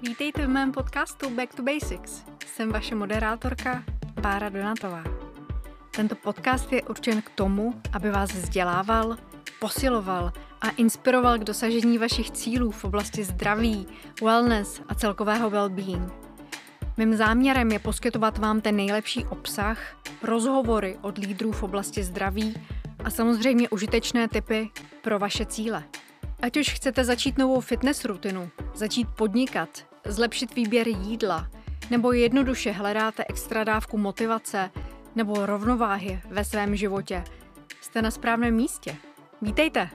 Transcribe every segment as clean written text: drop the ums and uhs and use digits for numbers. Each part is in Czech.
Vítejte v mém podcastu Back to Basics. Jsem vaše moderátorka Bára Donatová. Tento podcast je určen k tomu, aby vás vzdělával, posiloval a inspiroval k dosažení vašich cílů v oblasti zdraví, wellness a celkového well-being. Mým záměrem je poskytovat vám ten nejlepší obsah, rozhovory od lídrů v oblasti zdraví a samozřejmě užitečné tipy pro vaše cíle. Ať už chcete začít novou fitness rutinu, začít podnikat, zlepšit výběr jídla, nebo jednoduše hledáte extra dávku motivace nebo rovnováhy ve svém životě, jste na správném místě. Vítejte!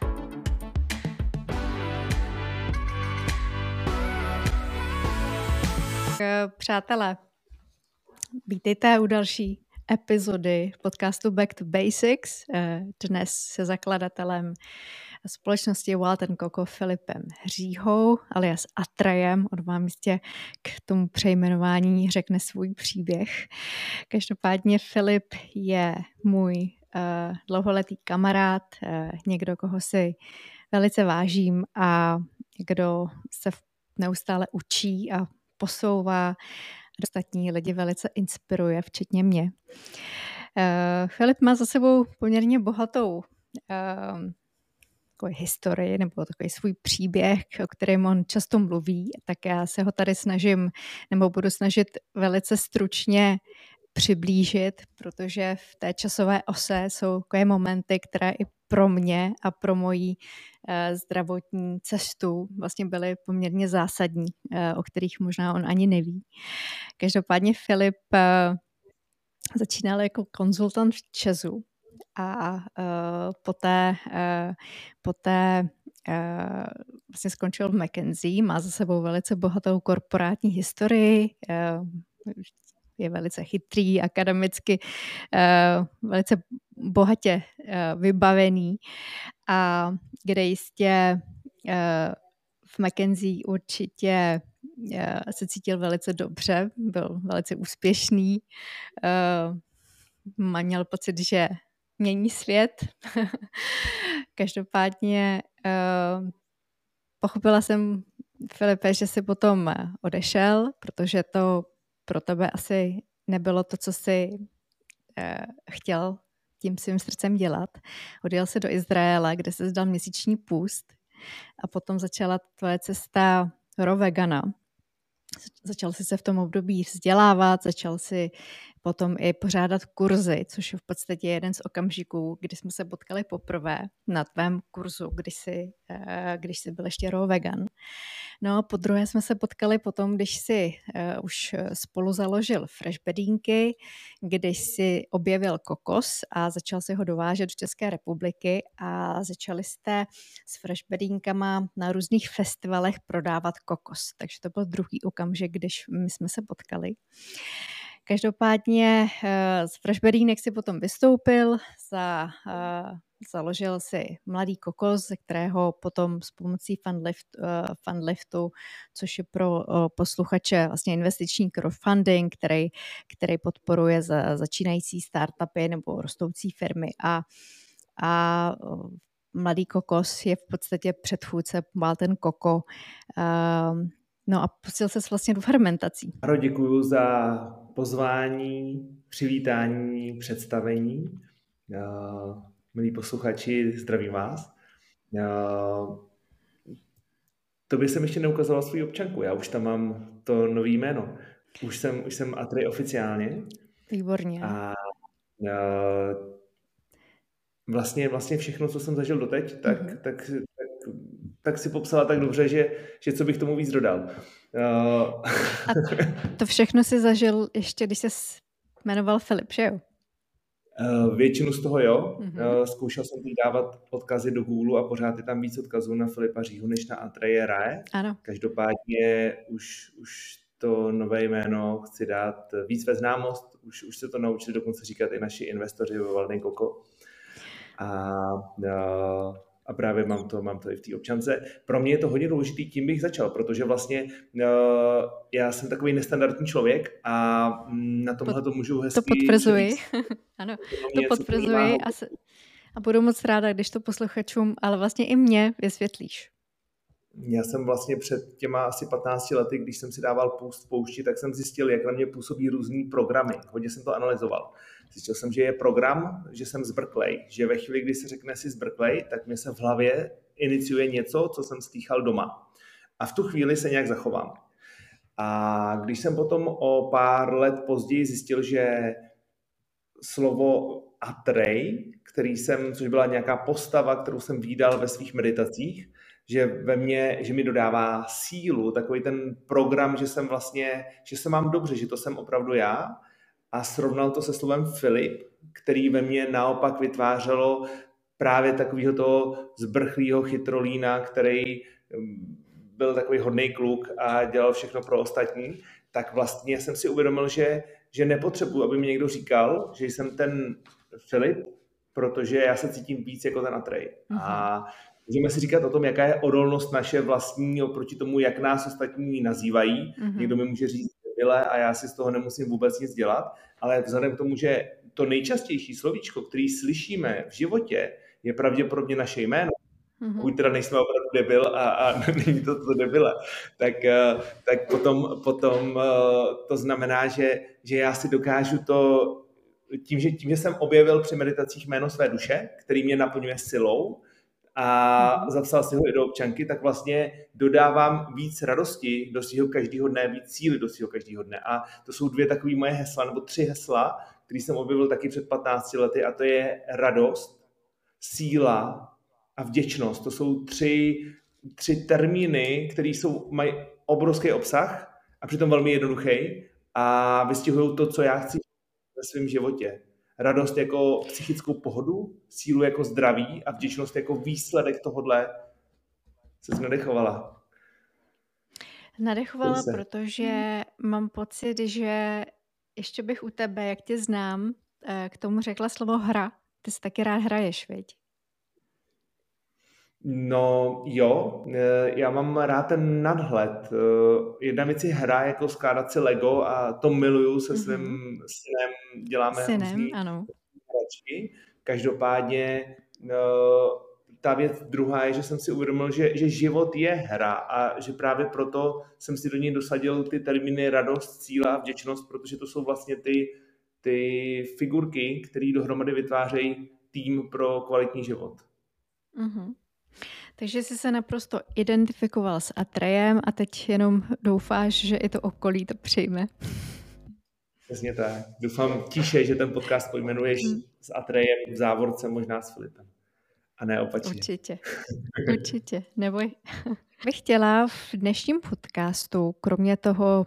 Přátelé, vítejte u další epizody podcastu Back to Basics. Dnes se zakladatelem společnosti Wild & Coco Filipem Hříhou alias Atrajem. On vám jistě k tomu přejmenování řekne svůj příběh. Každopádně Filip je můj dlouholetý kamarád, někdo, koho si velice vážím a kdo se neustále učí a posouvá, ostatní lidi velice inspiruje, včetně mě. Filip má za sebou poměrně bohatou historii nebo takový svůj příběh, o kterém on často mluví, tak já se ho tady snažím nebo budu snažit velice stručně přiblížit, protože v té časové ose jsou takové momenty, které i pro mě a pro moji zdravotní cestu vlastně byly poměrně zásadní, o kterých možná on ani neví. Každopádně Filip začínal jako konzultant v ČEZu a poté vlastně skončil v McKinsey, má za sebou velice bohatou korporátní historii, je velice chytrý, akademicky velice bohatě vybavený a kde jistě v McKinsey určitě se cítil velice dobře, byl velice úspěšný, měl pocit, že mění svět. Každopádně pochopila jsem, Filipe, že jsi potom odešel, protože to pro tebe asi nebylo to, co jsi chtěl tím svým srdcem dělat. Odjel se do Izraele, kde se zdal měsíční půst a potom začala tvoje cesta raw vegana. Začal si se v tom období vzdělávat, začal si potom i pořádat kurzy, což je v podstatě jeden z okamžiků, kdy jsme se potkali poprvé na tvém kurzu, když jsi byl ještě raw vegan. No a podruhé jsme se potkali potom, když jsi už spolu založil Fresh Bedínky, když jsi objevil kokos a začal si ho dovážet do České republiky a začali jste s Fresh Bedínkama na různých festivalech prodávat kokos. Takže to byl druhý okamžik, když my jsme se potkali. Každopádně z Fresh Bedínek si potom vystoupil, založil si Mladý kokos, ze kterého potom s pomocí Fundliftu, což je pro posluchače vlastně investiční crowdfunding, který podporuje začínající startupy nebo rostoucí firmy a Mladý kokos je v podstatě předchůdce Wild & Coco. No a pustil se vlastně do fermentací. Děkuju za pozvání, přivítání, představení. Milí posluchači, zdravím vás. Tobě jsem ještě neukazoval svou občanku, já už tam mám to nový jméno. Už jsem Atrej oficiálně. Výborně. A vlastně všechno, co jsem zažil doteď, tak si popsala tak dobře, že co bych tomu víc dodal. A to všechno si zažil ještě, když jsi jmenoval Filip, že jo? Většinu z toho jo. Zkoušel jsem teď dávat odkazy do Google a pořád je tam víc odkazů na Filipa Hříhu než na Atreje Rae. Ano. Každopádně už to nové jméno chci dát víc ve známost. Už se to naučili dokonce říkat i naši investoři ve Wild & Coco. A právě mám to i v té občance. Pro mě je to hodně důležitý, tím bych začal, protože vlastně já jsem takový nestandardní člověk a na tomhle to můžu hezky... To potvrzuji. Ano, to potvrzuji a budu moc ráda, když to posluchačům, ale vlastně i mě vysvětlíš. Já jsem vlastně před těma asi 15 lety, když jsem si dával půst v poušti, tak jsem zjistil, jak na mě působí různý programy. Hodně jsem to analyzoval. Zjistil jsem, že je program, že jsem zbrklej, že ve chvíli, kdy se řekne si zbrklej, tak mě se v hlavě iniciuje něco, co jsem slýchal doma. A v tu chvíli se nějak zachovám. A když jsem potom o pár let později zjistil, že slovo Atrej, což byla nějaká postava, kterou jsem vídal ve svých meditacích, že mi dodává sílu, takový ten program, že se mám dobře, že to jsem opravdu já, a srovnal to se slovem Filip, který ve mně naopak vytvářelo právě takového toho zbrchlého chytrolína, který byl takový hodnej kluk a dělal všechno pro ostatní, tak vlastně jsem si uvědomil, že nepotřebuji, aby mi někdo říkal, že jsem ten Filip, protože já se cítím víc jako ten Atrej. A můžeme si říkat o tom, jaká je odolnost naše vlastní oproti tomu, jak nás ostatní nazývají. Někdo mi může říct debile a já si z toho nemusím vůbec nic dělat, ale vzhledem k tomu, že to nejčastější slovíčko, který slyšíme v životě, je pravděpodobně naše jméno, pokud teda nejsme opravdu debil a není to debile, tak potom to znamená, že já si dokážu to, tím, že jsem objevil při meditacích jméno své duše, který mě naplňuje silou a zapsal si ho i do občanky, tak vlastně dodávám víc radosti do svého každého dne, víc síly do svého každého dne. A to jsou 2 takové moje hesla, nebo 3 hesla, které jsem objevil taky před 15 lety, a to je radost, síla a vděčnost. To jsou 3 termíny, které mají obrovský obsah a přitom velmi jednoduchý a vystihují to, co já chci ve svém životě. Radost jako psychickou pohodu, sílu jako zdraví a vděčnost jako výsledek tohodle. Se nadechovala. Nadechovala, protože mám pocit, že ještě bych u tebe, jak tě znám, k tomu řekla slovo hra. Ty si taky rád hraješ, viď? No jo, já mám rád ten nadhled. Jedna věc je hra, jako skládat si Lego, a to miluju se svým synem, děláme různý hračky. Každopádně ta věc druhá je, že jsem si uvědomil, že život je hra a že právě proto jsem si do něj dosadil ty termíny radost, síla a vděčnost, protože to jsou vlastně ty figurky, které dohromady vytvářejí tým pro kvalitní život. Takže jsi se naprosto identifikoval s Atrejem a teď jenom doufáš, že i to okolí to přijme. Přesně tak. Doufám tiše, že ten podcast pojmenuješ s Atrejem v závorce, možná s Filipem. A ne opačně. Určitě, neboj. Bych chtěla v dnešním podcastu, kromě toho,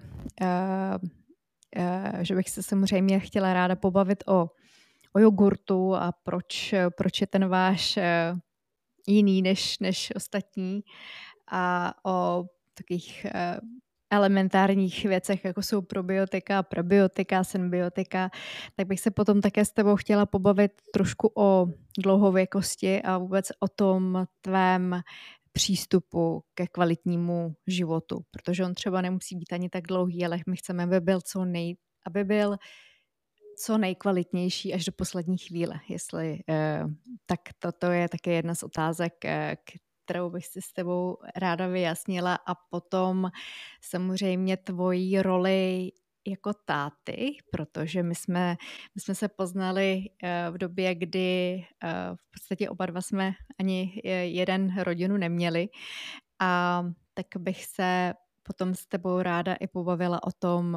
že bych se samozřejmě chtěla ráda pobavit o jogurtu a proč je ten váš jiný než ostatní, a o takových elementárních věcech, jako jsou probiotika, prebiotika, synbiotika, tak bych se potom také s tebou chtěla pobavit trošku o dlouhověkosti a vůbec o tom tvém přístupu ke kvalitnímu životu, protože on třeba nemusí být ani tak dlouhý, ale my chceme, aby byl co nejkvalitnější až do poslední chvíle. Tak toto je také jedna z otázek, kterou bych si s tebou ráda vyjasnila, a potom samozřejmě tvojí roli jako táty, protože my jsme se poznali v době, kdy v podstatě oba dva jsme ani jeden rodinu neměli, a tak bych se potom s tebou ráda i pobavila o tom,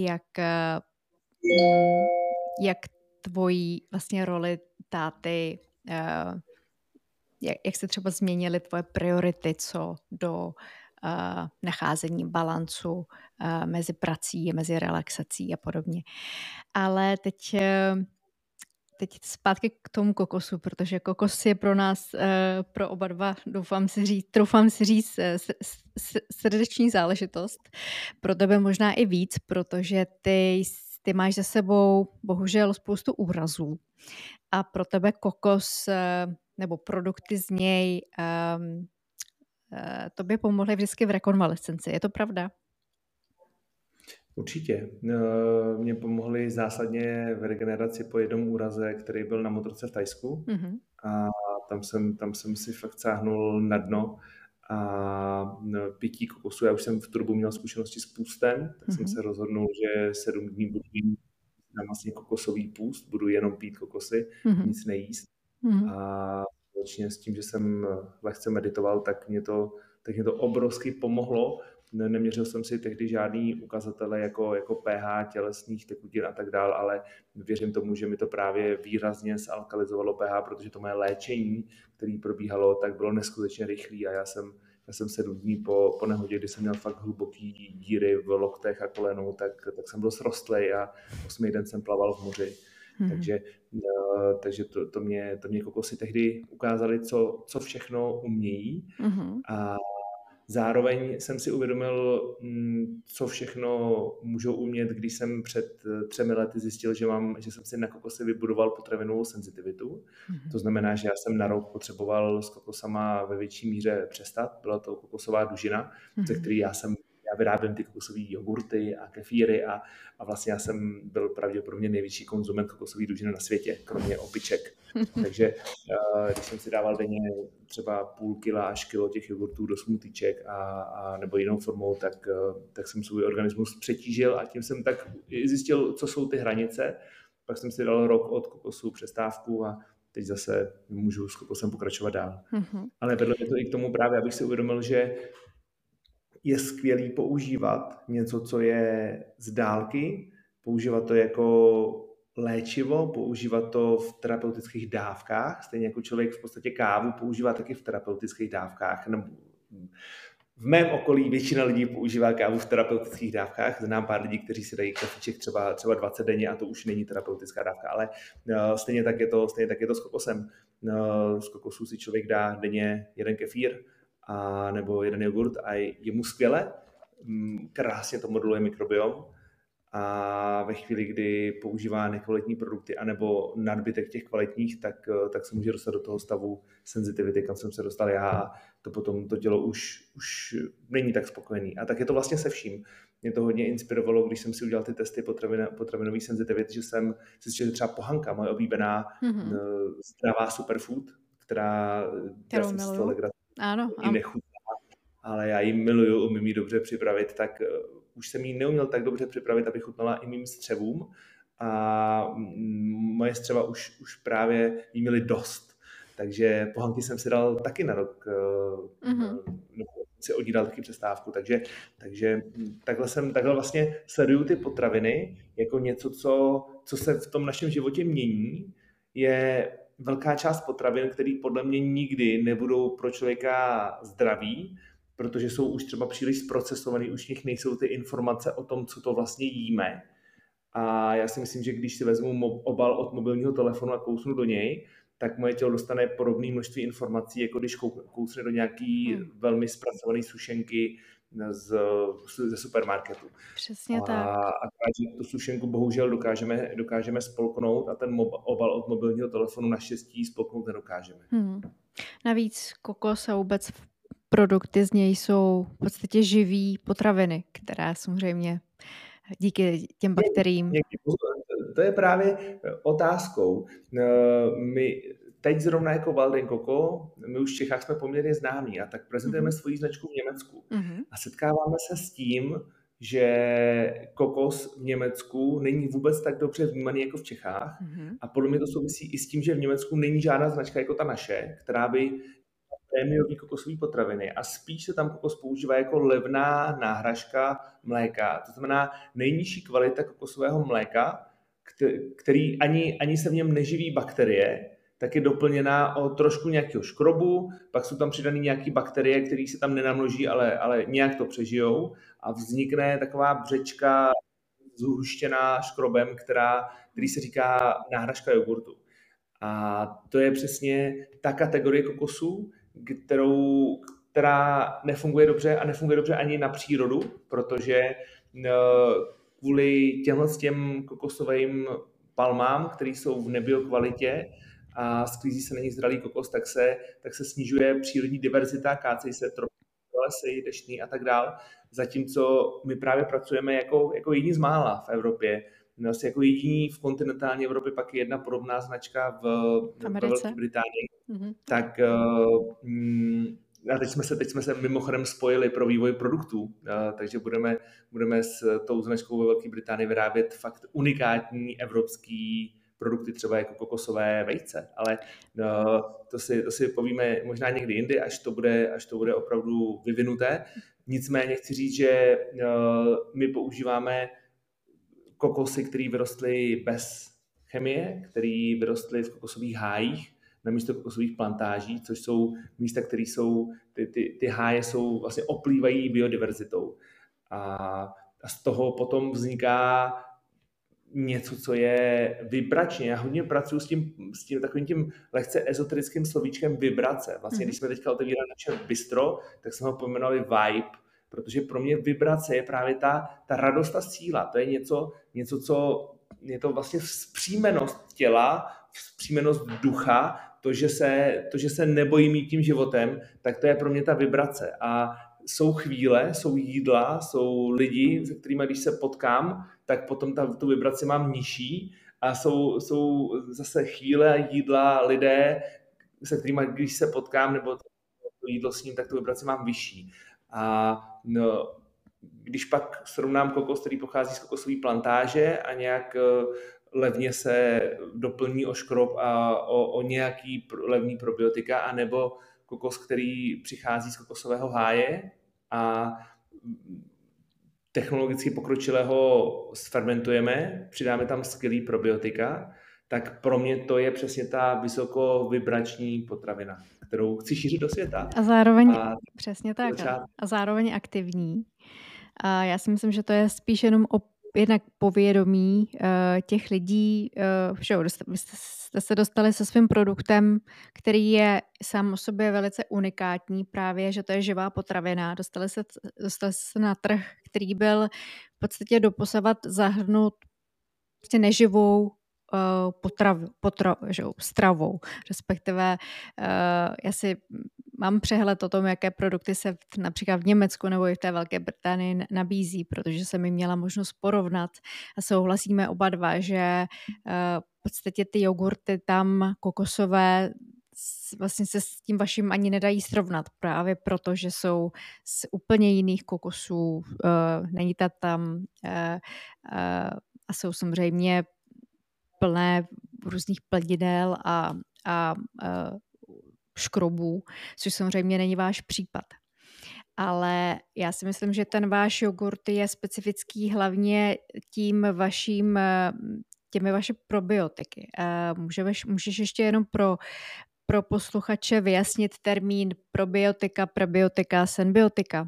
jak tvojí vlastně roli táty, jak se třeba změnily tvoje priority co do nacházení balancu mezi prací, mezi relaxací a podobně. Ale teď zpátky k tomu kokosu, protože kokos je pro nás, pro oba dva, troufám si říct, srdeční záležitost. Pro tebe možná i víc, protože ty máš za sebou bohužel spoustu úrazů a pro tebe kokos nebo produkty z něj tobě pomohly vždycky v rekonvalescenci. Je to pravda? Určitě. Mě pomohly zásadně v regeneraci po jednom úraze, který byl na motorce v Thajsku. A tam jsem si fakt sáhnul na dno a pití kokosu. Já už jsem v tu dobu měl zkušenosti s půstem, tak jsem se rozhodnul, že 7 dní budu mít vlastně kokosový půst, budu jenom pít kokosy, nic nejíst. A společně s tím, že jsem lehce meditoval, tak mě to obrovsky pomohlo. Neměřil jsem si tehdy žádný ukazatele jako pH tělesných tekutin a tak dál, ale věřím tomu, že mi to právě výrazně zalkalizovalo pH, protože to moje léčení, které probíhalo, tak bylo neskutečně rychlé a já jsem 7 dní po nehodě, kdy jsem měl fakt hluboký díry v loktech a kolenou, tak jsem byl srostlej a 8. den jsem plaval v moři. Takže to mě kokosy tehdy ukázaly, co všechno umějí. A zároveň jsem si uvědomil, co všechno můžou umět, když jsem před 3 lety zjistil, že jsem si na kokosy vybudoval potravinovou senzitivitu. To znamená, že já jsem na rok potřeboval s kokosama ve větší míře přestat. Byla to kokosová dužina, ze který já vyrábím ty kokosové jogurty a kefíry a vlastně já jsem byl pravděpodobně největší konzument kokosové dužiny na světě, kromě opiček. Takže když jsem si dával denně třeba půl kila až kilo těch jogurtů do smoothieček a nebo jinou formou, tak jsem svůj organismus přetížil a tím jsem tak zjistil, co jsou ty hranice. Pak jsem si dal rok od kokosu přestávku a teď zase můžu s kokosem pokračovat dál. Ale vedlo mě to i k tomu právě, abych si uvědomil, že je skvělý používat něco, co je z dálky, používat to jako léčivo, používat to v terapeutických dávkách, stejně jako člověk v podstatě kávu používá taky v terapeutických dávkách. V mém okolí většina lidí používá kávu v terapeutických dávkách. Znám pár lidí, kteří si dají kafiček třeba 20 denně a to už není terapeutická dávka, ale stejně tak je to s kokosem. Z kokosu si člověk dá denně 1 kefír, a nebo 1 jogurt a je mu skvěle, krásně to moduluje mikrobiom a ve chvíli, kdy používá nekvalitní produkty anebo nadbytek těch kvalitních, tak se může dostat do toho stavu senzitivity, kam jsem se dostal já a to potom to tělo už není tak spokojený. A tak je to vlastně se vším. Mě to hodně inspirovalo, když jsem si udělal ty testy potravinové senzitivity, že jsem zjistil, že třeba pohanka, moje oblíbená zdravá superfood, kterou miluju. Ano. Nechutná, ale já ji miluju, umím ji dobře připravit, tak už jsem ji neuměl tak dobře připravit, aby chutnala i mým střevům a moje střeva už právě jí měly dost. Takže pohanky jsem si dal taky na rok, si odídal taky přestávku, takže takhle vlastně sleduju ty potraviny jako něco, co se v tom našem životě mění, je velká část potravin, které podle mě nikdy nebudou pro člověka zdraví, protože jsou už třeba příliš zprocesovaný, už v nich nejsou ty informace o tom, co to vlastně jíme. A já si myslím, že když si vezmu obal od mobilního telefonu a kousnu do něj, tak moje tělo dostane podobné množství informací, jako když kousne do nějaký velmi zpracované sušenky ze supermarketu. Přesně tak. A tu sušenku bohužel dokážeme spolknout a ten obal od mobilního telefonu naštěstí spolknout nedokážeme. Navíc kokos a vůbec produkty z něj jsou v podstatě živý potraviny, které samozřejmě díky těm bakteriím. To je právě otázkou. My teď zrovna jako Walden Coco, my už v Čechách jsme poměrně známí a tak prezentujeme svoji značku v Německu. A setkáváme se s tím, že kokos v Německu není vůbec tak dobře vnímaný jako v Čechách. A podle mě to souvisí i s tím, že v Německu není žádná značka jako ta naše, která by prémiový kokosový potraviny a spíš se tam kokos používá jako levná náhražka mléka. To znamená nejnižší kvalita kokosového mléka, který ani se v něm neživí bakterie, tak je doplněná o trošku nějakého škrobu, pak jsou tam přidané nějaké bakterie, které se tam nenamnoží, ale nějak to přežijou a vznikne taková břečka zhuštěná škrobem, který se říká náhražka jogurtu. A to je přesně ta kategorie kokosů, která nefunguje dobře a nefunguje dobře ani na přírodu, protože kvůli těm kokosovým palmám, které jsou v nebiokvalitě a sklízí se na nich zralý kokos, tak se snižuje přírodní diverzita, kácejí se lesy, deštný a tak dál. Zatímco my právě pracujeme jako jediní z mála v Evropě. Vlastně jako jediní v kontinentální Evropě, pak je jedna podobná značka v Velké Británii. Tak a teď jsme se mimochodem spojili pro vývoj produktů, takže budeme s tou značkou ve Velké Británii vyrábět fakt unikátní evropský produkty, třeba jako kokosové vejce, ale to si povíme možná někdy jindy, až to bude opravdu vyvinuté. Nicméně chci říct, že my používáme kokosy, které vyrostly bez chemie, které vyrostly v kokosových hájích, namísto kokosových plantáží, což jsou místa, které jsou, ty háje jsou vlastně oplývají biodiverzitou. A z toho potom vzniká něco, co je vibračně. Já hodně pracuji s tím takovým tím lehce ezoterickým slovíčkem vibrace. Vlastně, když jsme teďka otevírali naše bistro, tak jsme ho pojmenovali vibe, protože pro mě vibrace je právě ta radost, ta síla. To je něco, co je to vlastně vzpřímenost těla, vzpřímenost ducha, to, že se nebojím jít tím životem, tak to je pro mě ta vibrace. A jsou chvíle, jsou jídla, jsou lidi, se kterými, když se potkám, tak potom tu vibraci mám nižší a jsou zase chvíle, jídla, lidé, se kterými, když se potkám nebo to jídlo s ním, tak tu vibraci mám vyšší. A když pak srovnám kokos, který pochází z kokosové plantáže a nějak levně se doplní o škrob a o nějaký levný probiotika, anebo kokos, který přichází z kokosového háje a technologicky pokročilého sfermentujeme, přidáme tam skvělý probiotika, tak pro mě to je přesně ta vysokovibrační potravina, kterou chci šířit do světa. A zároveň, přesně tak, a zároveň aktivní. A já si myslím, že to je spíš jenom jednak povědomí těch lidí, že vy jste se dostali se svým produktem, který je sám o sobě velice unikátní právě, že to je živá potravina. Dostali se na trh, který byl v podstatě doposavat zahrnut prostě neživou stravou, respektive já si mám přehled o tom, jaké produkty se například v Německu nebo i v té Velké Británii nabízí, protože jsem mi měla možnost porovnat a souhlasíme oba dva, že v podstatě ty jogurty tam kokosové vlastně se s tím vaším ani nedají srovnat, právě proto, že jsou z úplně jiných kokosů, není to tam a jsou samozřejmě plné různých pledidel a škrobů, což samozřejmě není váš případ. Ale já si myslím, že ten váš jogurt je specifický hlavně těmi vaše probiotiky. Můžeš ještě jenom pro posluchače vyjasnit termín probiotika, prebiotika, synbiotika?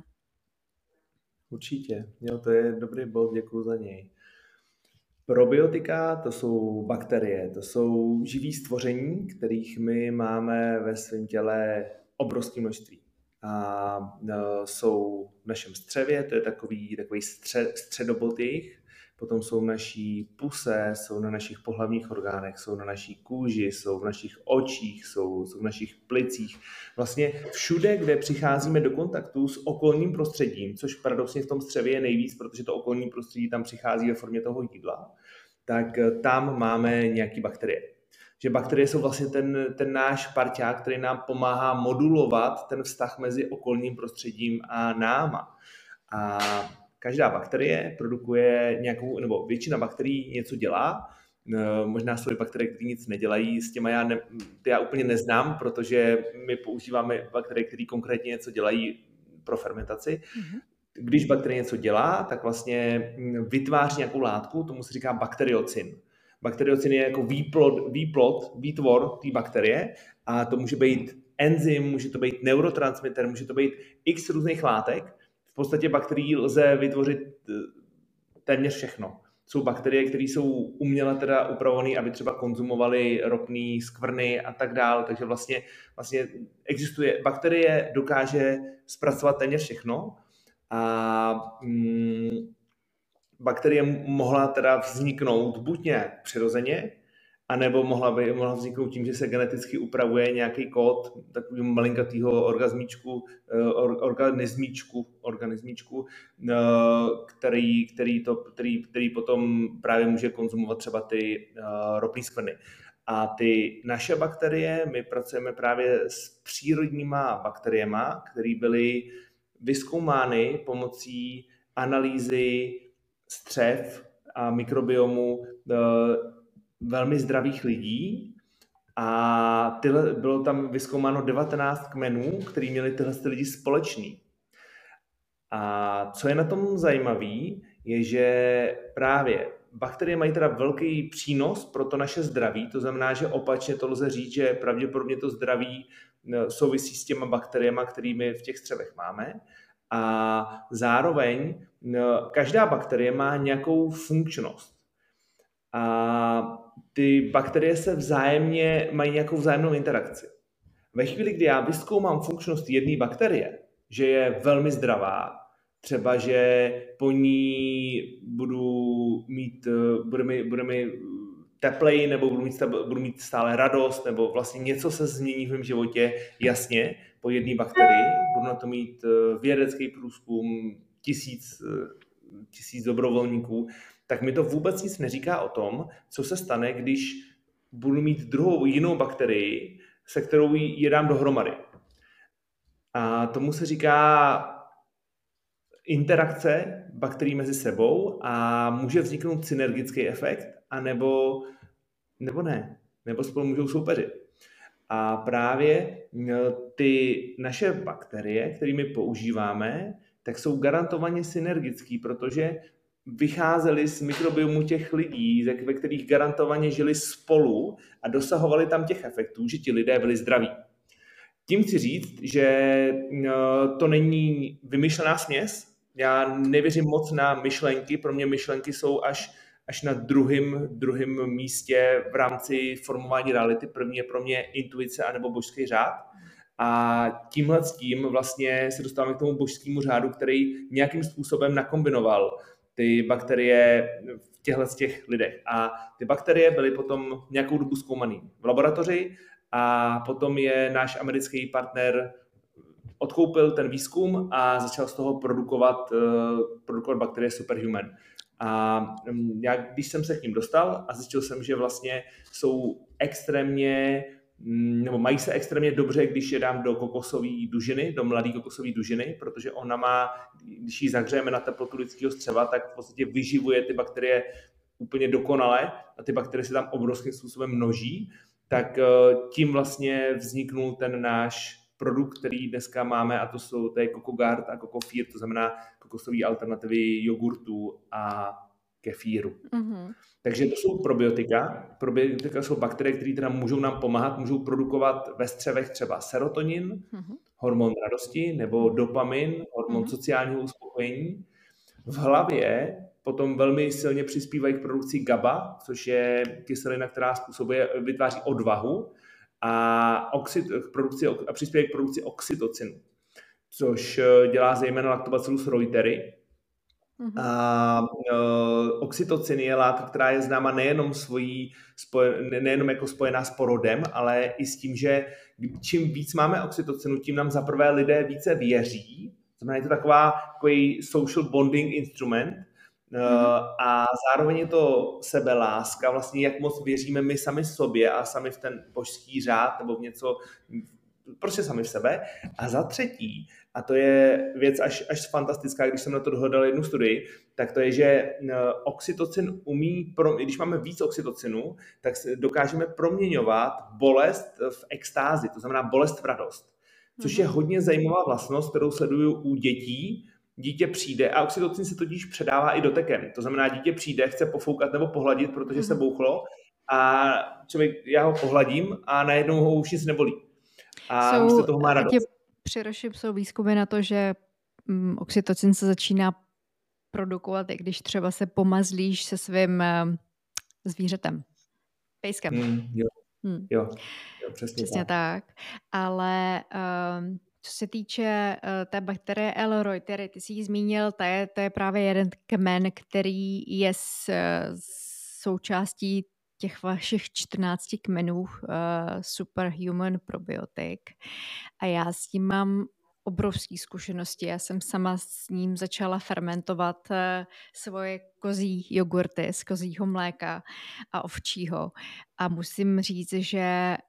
Určitě. Jo, to je dobrý bod, děkuji za něj. Probiotika, to jsou bakterie, to jsou živý stvoření, kterých my máme ve svém těle obrovské množství. A jsou v našem střevě, to je takový středobod jejich, potom jsou v naší puse, jsou na našich pohlavních orgánech, jsou na naší kůži, jsou v našich očích, jsou v našich plicích. Vlastně všude, kde přicházíme do kontaktu s okolním prostředím, což paradoxně v tom střevě je nejvíc, protože to okolní prostředí tam přichází ve formě toho jídla, tak tam máme nějaké bakterie. Že bakterie jsou vlastně ten náš parťák, který nám pomáhá modulovat ten vztah mezi okolním prostředím a náma. A každá bakterie produkuje nějakou, nebo většina bakterií něco dělá. Možná jsou i bakterie, které nic nedělají. S těma já úplně neznám, protože my používáme bakterie, které konkrétně něco dělají pro fermentaci. Když bakterie něco dělá, tak vlastně vytváří nějakou látku, tomu se říká bakteriocin. Bakteriocin je jako výtvor té bakterie a to může být enzym, může to být neurotransmitter, může to být x různých látek. V podstatě bakterií lze vytvořit téměř všechno. Jsou bakterie, které jsou uměle teda upravované, aby třeba konzumovaly ropné skvrny a tak dále. Takže vlastně existuje, bakterie dokáže zpracovat téměř všechno a bakterie mohla teda vzniknout buď nějak přirozeně, anebo mohla vzniknout tím, že se geneticky upravuje nějaký kód takového malinkatého organismíčku, který potom právě může konzumovat třeba ty ropné skvrny. A ty naše bakterie, my pracujeme právě s přírodníma bakteriema, které byly vyzkoumány pomocí analýzy střev a mikrobiomu velmi zdravých lidí. A bylo tam vyzkoumáno 19 kmenů, který měli tyhle lidi společný. A co je na tom zajímavé, je, že právě bakterie mají teda velký přínos pro to naše zdraví, to znamená, že opačně to lze říct, že pravděpodobně to zdraví souvisí s těma bakteriemi, kterými v těch střevech máme. A zároveň každá bakterie má nějakou funkčnost. A ty bakterie se mají nějakou vzájemnou interakci. Ve chvíli, kdy já vyzkoumám funkčnost jedné bakterie, že je velmi zdravá, třeba, že po ní bude mi teplej, nebo budu mít stále radost, nebo vlastně něco se změní v mém životě, jasně, po jedné bakterii, budu na to mít vědecký průzkum, tisíc dobrovolníků, tak mi to vůbec nic neříká o tom, co se stane, když budu mít druhou jinou bakterii, se kterou je dám dohromady. A tomu se říká interakce bakterií mezi sebou a může vzniknout synergický efekt, nebo ne, nebo spolu můžou soupeřit. A právě ty naše bakterie, kterými používáme, tak jsou garantovaně synergický, protože vycházeli z mikrobiomu těch lidí, ve kterých garantovaně žili spolu a dosahovali tam těch efektů, že ti lidé byli zdraví. Tím chci říct, že to není vymyšlená směs. Já nevěřím moc na myšlenky, pro mě myšlenky jsou až na druhém místě v rámci formování reality. První je pro mě intuice anebo božský řád. A tímhle s tím vlastně se dostáváme k tomu božskému řádu, který nějakým způsobem nakombinoval ty bakterie v těch lidech. A ty bakterie byly potom nějakou dobu zkoumaný v laboratoři a potom je náš americký partner odkoupil ten výzkum a začal z toho produkovat bakterie Superhuman. A já, když jsem se k ním dostal a zjistil jsem, že vlastně jsou mají se extrémně dobře, když je dám do kokosové dužiny, do mladé kokosové dužiny, protože ona má, když ji zahřejeme na teplotu lidského střeva, tak v podstatě vyživuje ty bakterie úplně dokonale a ty bakterie se tam obrovským způsobem množí, tak tím vlastně vzniknul ten náš produkt, který dneska máme, a to je CocoGuard a CocoFear, to znamená kokosové alternativy jogurtu a kefíru. Mm-hmm. Takže to jsou probiotika. Probiotika jsou bakterie, které teda můžou nám pomáhat, můžou produkovat ve střevech třeba serotonin, hormon radosti, nebo dopamin, hormon sociálního uspokojení. V hlavě potom velmi silně přispívají k produkci GABA, což je kyselina, která vytváří odvahu a přispívají k produkci oxytocinu, což dělá zejména Lactobacillus reuteri. A oxytocin je látka, která je známa nejenom jako spojená s porodem, ale i s tím, že čím víc máme oxytocinu, tím nám zaprvé lidé více věří. Znamená, je to takový social bonding instrument, a zároveň je to sebeláska, vlastně jak moc věříme my sami sobě a sami v ten božský řád nebo v něco, prostě sami v sebe. A za třetí, a to je věc až fantastická, když jsem na to dohledal jednu studii, tak to je, že oxytocin když máme víc oxytocinu, tak dokážeme proměňovat bolest v extázi, to znamená bolest v radost. Což je hodně zajímavá vlastnost, kterou sleduju u dětí. Dítě přijde a oxytocin se totiž předává i dotekem. To znamená, dítě přijde, chce pofoukat nebo pohladit, protože se bouchlo a já ho pohladím a najednou ho už nic nebolí. A místo toho má radost. Přeruším, jsou výzkumy na to, že oxytocin se začíná produkovat, i když třeba se pomazlíš se svým zvířetem, pejskem. Jo, přesně tak. Ale co se týče té bakterie L. reuteri, ty jsi ji zmínil, to je právě jeden kmen, který je součástí těch vašich 14 kmenů Superhuman probiotik. A já s tím mám obrovské zkušenosti. Já jsem sama s ním začala fermentovat svoje kozí jogurty z kozího mléka a ovčího. A musím říct, že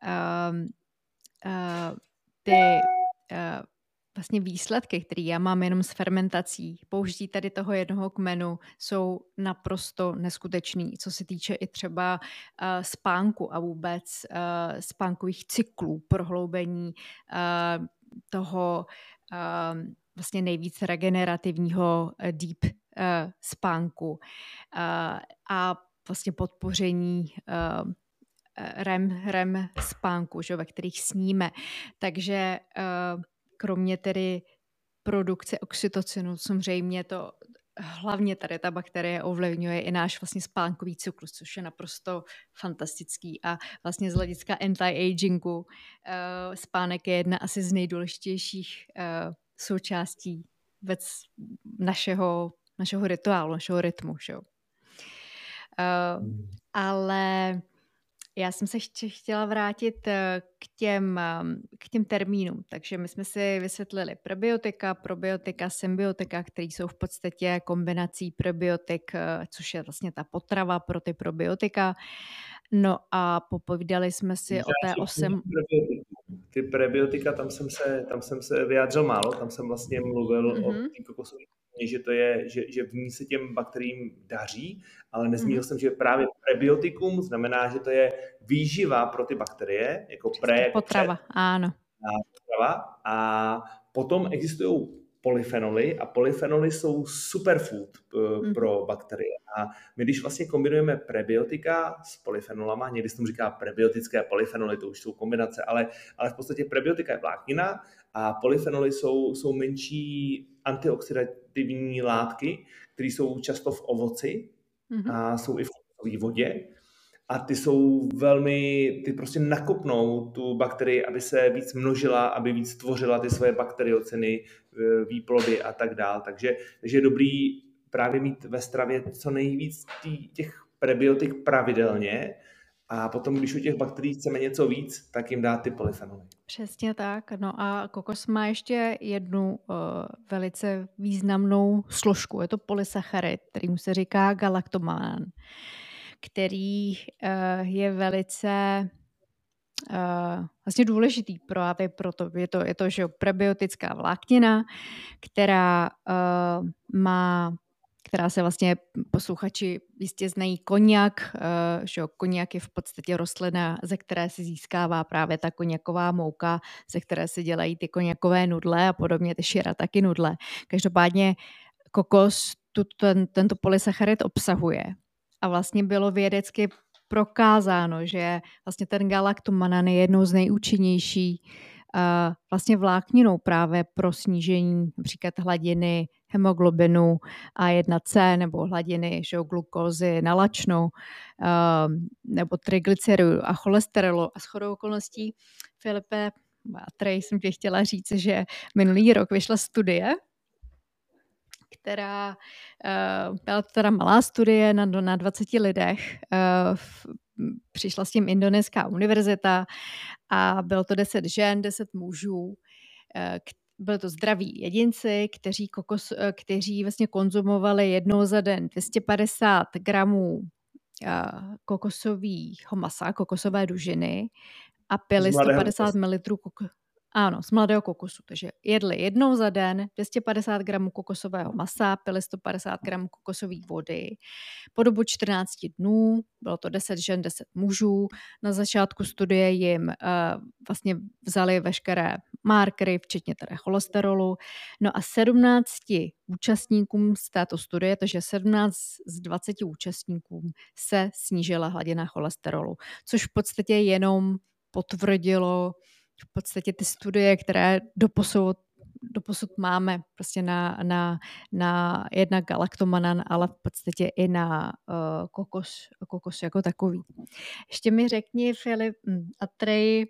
ty vlastně výsledky, které já mám jenom s fermentací, použití tady toho jednoho kmenu, jsou naprosto neskutečný, co se týče i třeba spánku a vůbec spánkových cyklů, prohloubení toho vlastně nejvíc regenerativního deep spánku a vlastně podpoření REM spánku, že, ve kterých sníme. Takže kromě tedy produkce oxytocinu, samozřejmě to hlavně tady ta bakterie ovlivňuje i náš vlastně spánkový cyklus, což je naprosto fantastický a vlastně z hlediska anti-agingu spánek je jedna asi z nejdůležitějších součástí vůbec našeho rituálu, našeho rytmu. Že? Ale já jsem se chtěla vrátit k těm termínům. Takže my jsme si vysvětlili prebiotika, probiotika, symbiotika, které jsou v podstatě kombinací probiotik, což je vlastně ta potrava pro ty probiotika. No a popovídali jsme si o té 8... Ty prebiotika, tam jsem se vyjádřil málo, tam jsem vlastně mluvil o té kokosové, že to je, že v ní se těm bakteriím daří, ale nezmínil jsem, že právě prebiotikum znamená, že to je výživa pro ty bakterie, jako potrava, před, ano. Potrava. A potom existují polyfenoly a polyfenoly jsou superfood pro bakterie. A my, když vlastně kombinujeme prebiotika s polyfenolama, někdy se tomu říká prebiotické polyfenoly, to už jsou kombinace, ale v podstatě prebiotika je vláknina a polyfenoly jsou menší antioxidativní látky, které jsou často v ovoci a jsou i v kokosové vodě. A ty prostě nakopnou tu bakterii, aby se víc množila, aby víc tvořila ty svoje bakterioceny, výplody a tak dál. Takže je dobrý právě mít ve stravě co nejvíc těch prebiotik pravidelně a potom, když u těch bakterií chceme něco víc, tak jim dát ty polyfenoly. Přesně tak. No a kokos má ještě jednu velice významnou složku. Je to polysacharid, kterýmu se říká galaktomannan, který je velice vlastně důležitý proto. Je to že prebiotická vláknina, která se vlastně posluchači jistě znají konjak, že konjak je v podstatě rostlina, ze které se získává právě ta konjaková mouka, ze které se dělají ty konjakové nudle a podobně ty shirataki nudle. Každopádně kokos tento polysacharid obsahuje a vlastně bylo vědecky prokázáno, že vlastně ten galaktomannan je jednou z nejúčinnější vlastně vlákninou právě pro snížení například hladiny hemoglobinu A1C nebo hladiny glukózy na lačno nebo triglyceridů a cholesterolu. A shodou okolností, Filipe, Trey, jsem tě chtěla říct, že minulý rok vyšla studie, která byla teda malá studie na 20 lidech. Přišla s tím Indonéská univerzita a bylo to 10 žen, 10 mužů. Byli to zdraví jedinci, kteří vlastně konzumovali jednou za den 250 gramů kokosového masa, kokosové dužiny a pili 150 ml ano, z mladého kokosu. Takže jedli jednou za den 250 gramů kokosového masa, pili 150 gramů kokosové vody. Po dobu 14 dnů, bylo to 10 žen, 10 mužů, na začátku studie jim vlastně vzali veškeré markery, včetně teda cholesterolu. No a 17 účastníkům z této studie, takže 17 z 20 účastníkům se snížila hladina cholesterolu, což v podstatě jenom potvrdilo v podstatě ty studie, které doposud máme prostě na jednak galaktomannan, ale v podstatě i na kokos jako takový. Ještě mi řekni, Filip a Trey,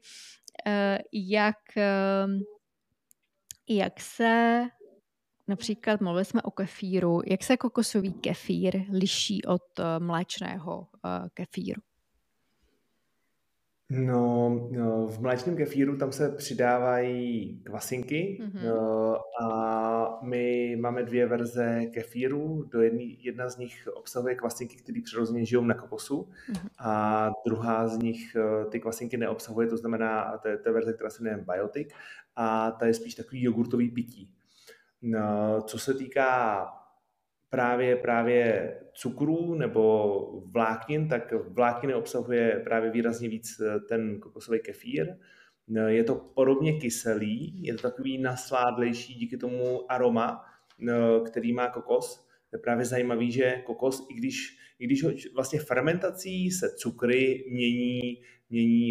jak se například, mluvili jsme o kefíru, jak se kokosový kefír liší od mléčného kefíru? No, v mléčném kefíru tam se přidávají kvasinky a my máme 2 verze kefíru. Jedna z nich obsahuje kvasinky, které přirozeně žijou na kokosu a druhá z nich ty kvasinky neobsahuje, to znamená, to je verze, která se jmenuje Biotic a ta je spíš takový jogurtový pití. No, co se týká právě cukrů nebo vláknin, tak vlákniny obsahuje právě výrazně víc ten kokosový kefír. Je to podobně kyselý, je to takový nasládlejší díky tomu aroma, který má kokos. Je právě zajímavý, že kokos, i když ho vlastně fermentací se cukry mění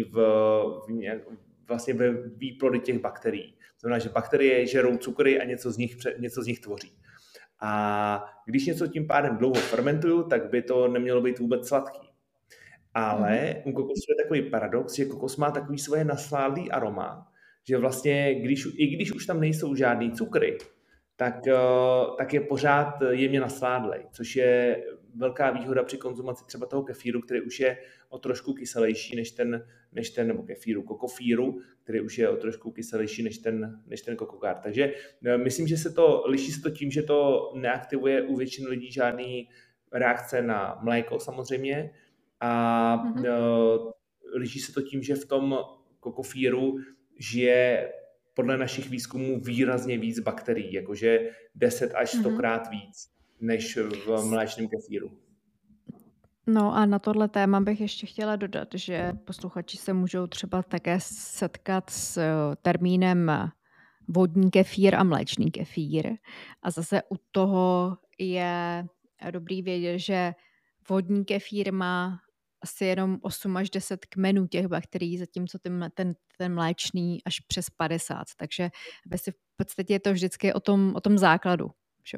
vlastně ve výplody těch bakterií. To znamená, že bakterie žerou cukry a něco z nich tvoří. A když něco tím pádem dlouho fermentuju, tak by to nemělo být vůbec sladký. Ale u kokosu je takový paradox, že kokos má takový svoje nasládlý aroma, že vlastně, i když už tam nejsou žádný cukry, tak je pořád jemně nasládlej, což je velká výhoda při konzumaci třeba toho kefíru, který už je o trošku kyselější než ten nebo kokofíru, který už je o trošku kyselější než ten kokogár. Takže myslím, že liší se to tím, že to neaktivuje u většiny lidí žádný reakce na mléko samozřejmě a liší se to tím, že v tom kokofíru žije podle našich výzkumů výrazně víc bakterií, jakože 10 až 100krát víc než v mléčném kefíru. No a na tohle téma bych ještě chtěla dodat, že posluchači se můžou třeba také setkat s termínem vodní kefír a mléčný kefír. A zase u toho je dobrý vědět, že vodní kefír má asi jenom 8 až 10 kmenů těch bakterií, zatímco ten mléčný až přes 50. Takže v podstatě je to vždycky o tom základu.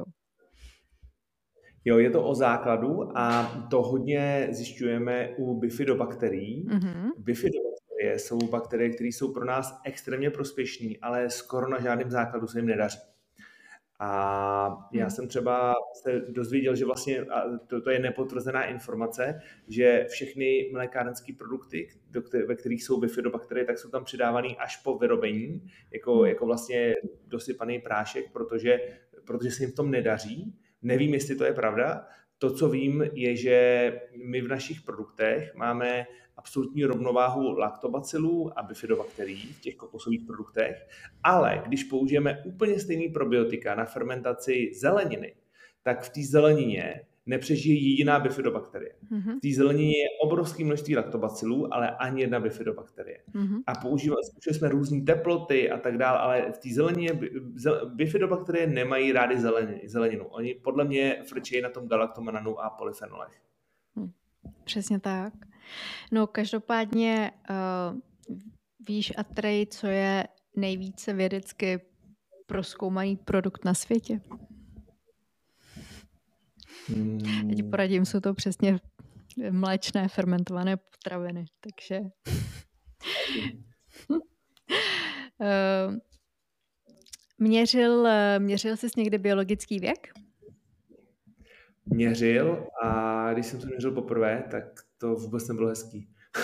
Jo, je to o základu a to hodně zjišťujeme u bifidobakterií. Bifidobakterie jsou bakterie, které jsou pro nás extrémně prospěšné, ale skoro na žádném základu se jim nedaří. A já jsem třeba se dozvěděl, že vlastně, to je nepotvrzená informace, že všechny mlékárenské produkty, ve kterých jsou bifidobakterie, tak jsou tam přidávaný až po vyrobení, jako vlastně dosypaný prášek, protože se jim v tom nedaří. Nevím, jestli to je pravda. To, co vím, je, že my v našich produktech máme absolutní rovnováhu laktobacilů a bifidobakterií v těch kokosových produktech, ale když použijeme úplně stejný probiotika na fermentaci zeleniny, tak v té zelenině nepřežije jediná bifidobakterie. V té zelenině je obrovské množství laktobacilů, ale ani jedna bifidobakterie. A zkoušeli jsme různé teploty a tak dále, ale v té zelenině bifidobakterie nemají rády zeleninu. Oni podle mě frčejí na tom galaktomananu a polyfenolech. Přesně tak. No každopádně víš, Atrej, co je nejvíce vědecky prozkoumaný produkt na světě? Já ti poradím, jsou to přesně mléčné fermentované potraviny, takže měřil jsi někdy biologický věk? Měřil a když jsem to měřil poprvé, tak to vůbec nebylo hezký.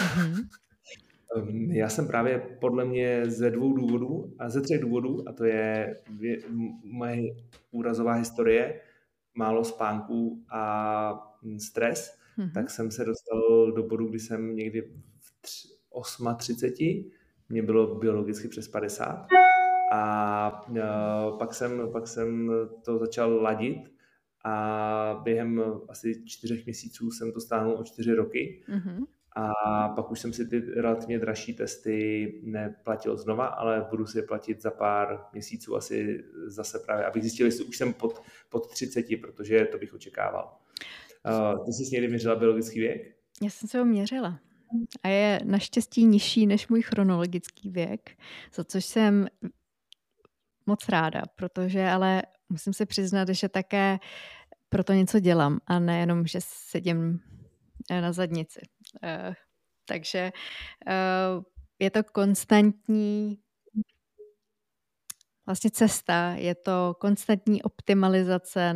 Já jsem právě podle mě ze 3 důvodů, a to je moje úrazová historie, málo spánku a stres, tak jsem se dostal do bodu, kdy jsem někdy v 38, mě bylo biologicky přes 50 a pak jsem to začal ladit a během asi 4 měsíců jsem to stáhnul o 4 roky. A pak už jsem si ty relativně dražší testy neplatil znova, ale budu si je platit za pár měsíců asi zase právě, abych zjistil, jestli už jsem pod 30, protože to bych očekával. Ty jsi někdy měřila biologický věk? Já jsem se ho měřila. A je naštěstí nižší než můj chronologický věk, za což jsem moc ráda, protože ale musím se přiznat, že také proto něco dělám a nejenom, že sedím na zadnici. Takže je to konstantní vlastně cesta, je to konstantní optimalizace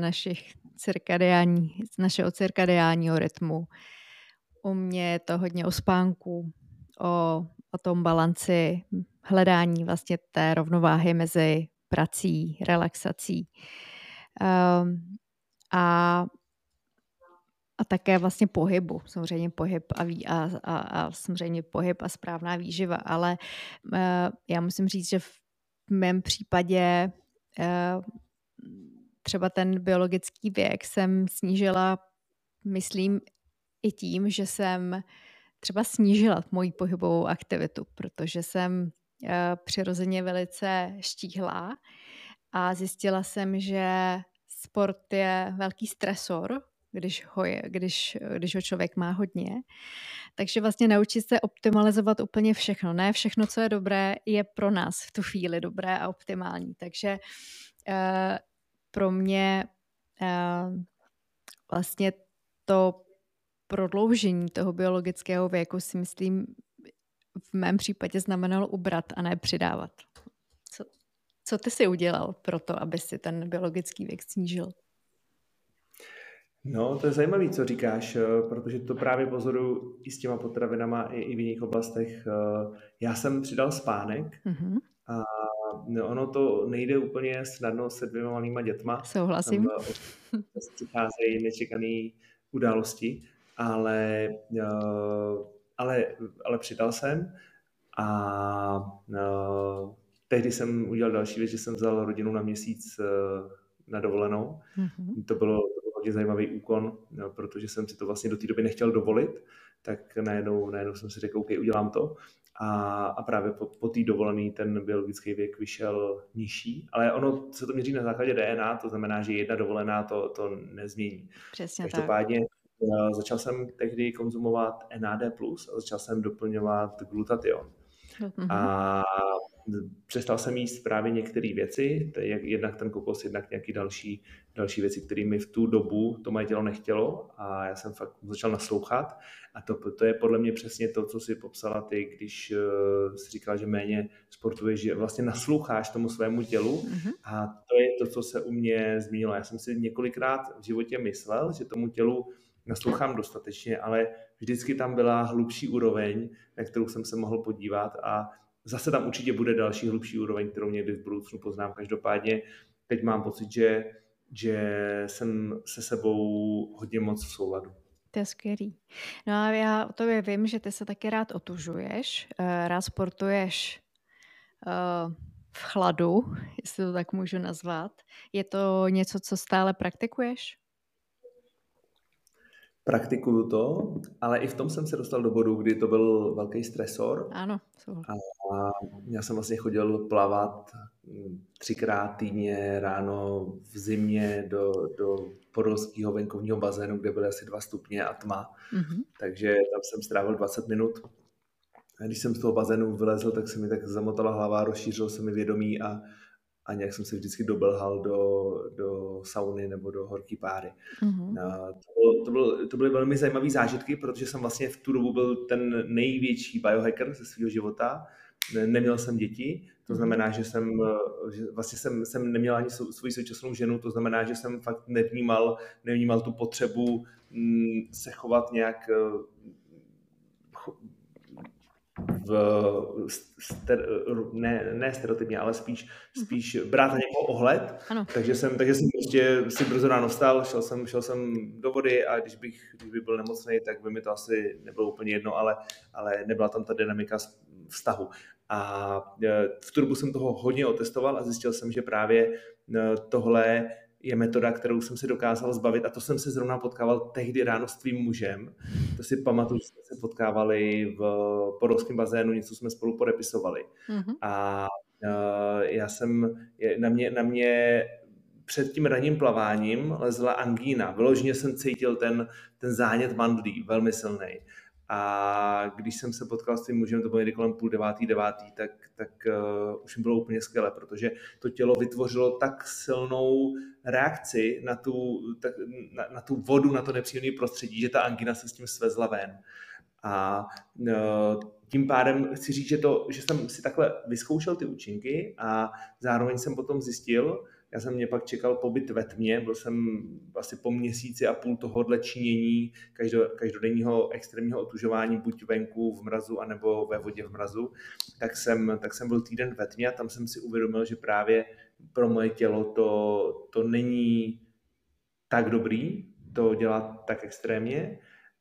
našeho cirkadiánního rytmu. U mě je to hodně o spánku, o tom balanci, hledání vlastně té rovnováhy mezi prací, relaxací. A také vlastně pohybu, samozřejmě pohyb a samozřejmě pohyb a správná výživa, ale já musím říct, že v mém případě třeba ten biologický věk jsem snížila, myslím, i tím, že jsem třeba snížila moji pohybovou aktivitu, protože jsem přirozeně velice štíhlá a zjistila jsem, že sport je velký stresor, když ho člověk má hodně. Takže vlastně naučit se optimalizovat úplně všechno. Ne všechno, co je dobré, je pro nás v tu chvíli dobré a optimální. Takže pro mě vlastně to prodloužení toho biologického věku si myslím v mém případě znamenalo ubrat a ne přidávat. Co ty si udělal pro to, aby si ten biologický věk snížil? No, to je zajímavé, co říkáš, protože to právě pozoruju i s těma potravinama, i v jiných oblastech. Já jsem přidal spánek a ono to nejde úplně snadno se 2 malýma dětma. Souhlasím. Přicházejí nečekané události, ale přidal jsem a tehdy jsem udělal další věc, že jsem vzal rodinu na měsíc na dovolenou. To bylo hodně zajímavý úkon, protože jsem si to vlastně do té doby nechtěl dovolit, tak najednou jsem si řekl, OK, udělám to. A právě po té dovolené ten biologický věk vyšel nižší, ale ono se to měří na základě DNA, to znamená, že jedna dovolená to nezmění. Přesně tak. Každopádně začal jsem tehdy konzumovat NAD+, a začal jsem doplňovat glutation. A přestal jsem jíst právě některé věci, jednak ten kokos, jednak nějaké další věci, které mi v tu dobu to moje tělo nechtělo, a já jsem fakt začal naslouchat, a to je podle mě přesně to, co si popsala ty, když jsi říkala, že méně sportuješ, že vlastně nasloucháš tomu svému tělu, a to je to, co se u mě změnilo. Já jsem si několikrát v životě myslel, že tomu tělu naslouchám dostatečně, ale vždycky tam byla hlubší úroveň, na kterou jsem se mohl podívat, a zase tam určitě bude další hlubší úroveň, kterou někdy v budoucnu poznám. Každopádně teď mám pocit, že jsem se sebou hodně moc v souladu. To je skvělý. No a já o tobě vím, že ty se taky rád otužuješ, rád sportuješ v chladu, jestli to tak můžu nazvat. Je to něco, co stále praktikuješ? Praktikuju to, ale i v tom jsem se dostal do bodu, kdy to byl velký stresor. Ano. A já jsem vlastně chodil plavat 3krát týdně ráno v zimě do podolského venkovního bazénu, kde byly asi 2 stupně a tma. Takže tam jsem strávil 20 minut. A když jsem z toho bazénu vylezl, tak se mi tak zamotala hlava, rozšířilo se mi vědomí a nějak jsem se vždycky dobelhal do sauny nebo do horký páry. To byly velmi zajímavé zážitky, protože jsem vlastně v tu dobu byl ten největší biohacker ze svého života. Neměl jsem děti, to znamená, že jsem neměl ani svoji současnou ženu, to znamená, že jsem fakt nevnímal tu potřebu se chovat nějak ne stereotypně, ale spíš brát na někoho ohled. Ano. Takže jsem prostě si brzo ráno vstal, šel jsem do vody, a když bych byl nemocný, tak by mi to asi nebylo úplně jedno, ale nebyla tam ta dynamika vztahu. A v tu dobu jsem toho hodně otestoval a zjistil jsem, že právě tohle je metoda, kterou jsem se dokázal zbavit, a to jsem se zrovna potkával tehdy ráno s tvým mužem. To si pamatuju, že jsme se potkávali v podolském bazénu, něco jsme spolu podepisovali. A na mě před tím ranním plaváním lezla angína. Vyloženě jsem cítil ten zánět mandlí, velmi silný. A když jsem se potkal s tím mužem, to bylo někdy kolem 8:30, tak už mi bylo úplně skvělé, protože to tělo vytvořilo tak silnou reakci na tu vodu, na to nepříjemné prostředí, že ta angina se s tím svezla ven. A tím pádem chci říct, že jsem si takhle vyzkoušel ty účinky a zároveň jsem potom zjistil, mě pak čekal pobyt ve tmě, byl jsem asi po měsíci a půl tohohle činění každodenního extrémního otužování, buď venku v mrazu, anebo ve vodě v mrazu, tak jsem byl týden ve tmě a tam jsem si uvědomil, že právě pro moje tělo to není tak dobrý, to dělat tak extrémně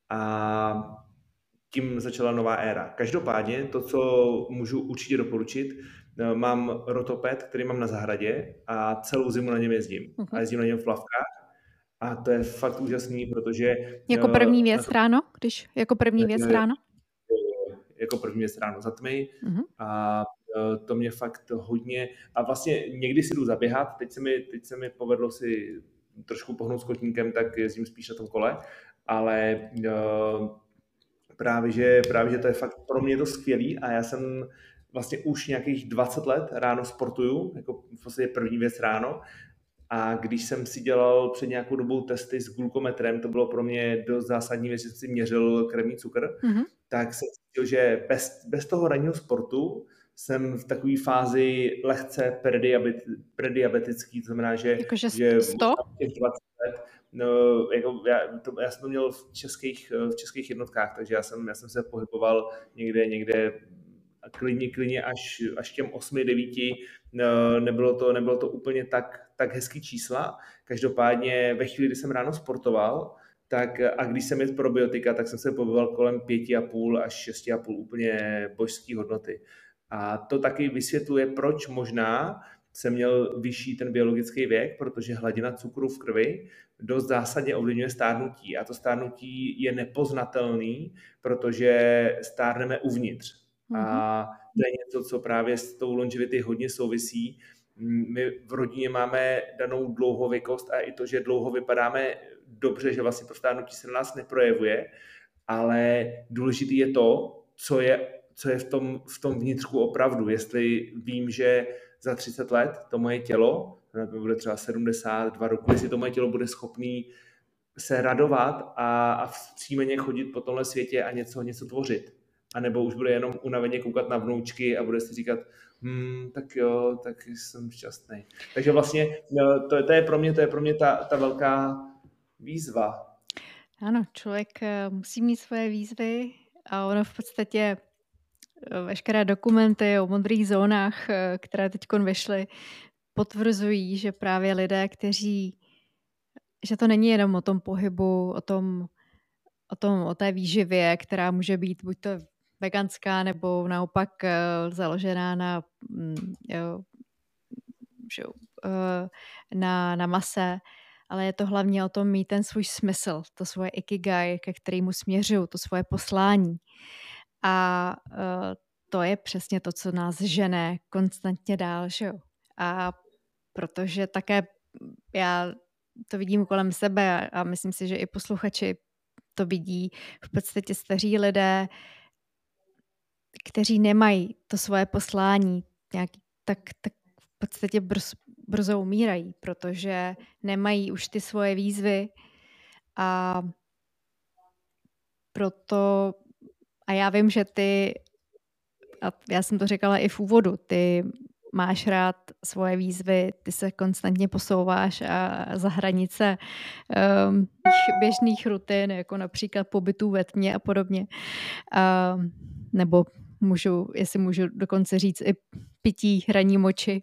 a tím začala nová éra. Každopádně to, co můžu určitě doporučit, mám rotoped, který mám na zahradě a celou zimu na něm jezdím. A jezdím na něm v plavkách a to je fakt úžasný, protože... Jako první věc ráno? Jako první věc ráno? Jako první věc ráno za tmy a to mě fakt hodně... A vlastně někdy si jdu zaběhat, teď se mi povedlo si trošku pohnout s kotníkem, tak jezdím spíš na tom kole, ale právě, že to je fakt pro mě to skvělý a já jsem vlastně už nějakých 20 let ráno sportuju, jako v podstatě první věc ráno. A když jsem si dělal před nějakou dobou testy s glukometrem, to bylo pro mě dost zásadní věc, že jsem si měřil krevní cukr, tak jsem zjistil, že bez toho ranního sportu jsem v takové fázi lehce prediabetický, to znamená, že 100? Těch 20 let, já jsem to měl v českých jednotkách, takže já jsem se pohyboval někde klidně až těm 8-9, nebylo to úplně tak hezký čísla. Každopádně ve chvíli, kdy jsem ráno sportoval, a když jsem jedl probiotika, tak jsem se pohyboval kolem 5,5 až 6,5 úplně božský hodnoty. A to taky vysvětluje, proč možná jsem měl vyšší ten biologický věk, protože hladina cukru v krvi dost zásadně ovlivňuje stárnutí. A to stárnutí je nepoznatelný, protože stárneme uvnitř. A to je něco, co právě s tou longevity hodně souvisí. My v rodině máme danou dlouhověkost a i to, že dlouho vypadáme dobře, že vlastně to stárnutí se na nás neprojevuje, ale důležitý je to, co je v tom vnitřku opravdu. Jestli vím, že za 30 let to moje tělo, bude třeba 72 roku, jestli to moje tělo bude schopný se radovat a vzpřímeně chodit po tomhle světě a něco tvořit. A nebo už bude jenom unaveně koukat na vnoučky a bude si říkat, tak jo, tak jsem šťastný. Takže vlastně to je pro mě ta velká výzva. Ano, člověk musí mít svoje výzvy a ono v podstatě veškeré dokumenty o modrých zónách, které teď vyšly, potvrzují, že právě lidé, že to není jenom o tom pohybu, o té výživě, která může být buď to veganská, nebo naopak založená na mase, ale je to hlavně o tom mít ten svůj smysl, to svoje ikigai, ke kterému směřuju, to svoje poslání. A to je přesně to, co nás žene konstantně dál, že jo? A protože také já to vidím kolem sebe a myslím si, že i posluchači to vidí, v podstatě staří lidé, kteří nemají to svoje poslání, tak v podstatě brzo umírají, protože nemají už ty svoje výzvy a proto, a já vím, že ty, a já jsem to říkala i v úvodu, ty máš rád svoje výzvy, ty se konstantně posouváš a za hranice běžných rutin, jako například pobytů ve tmě a podobně. Nebo jestli můžu dokonce říct i pití hraní moči.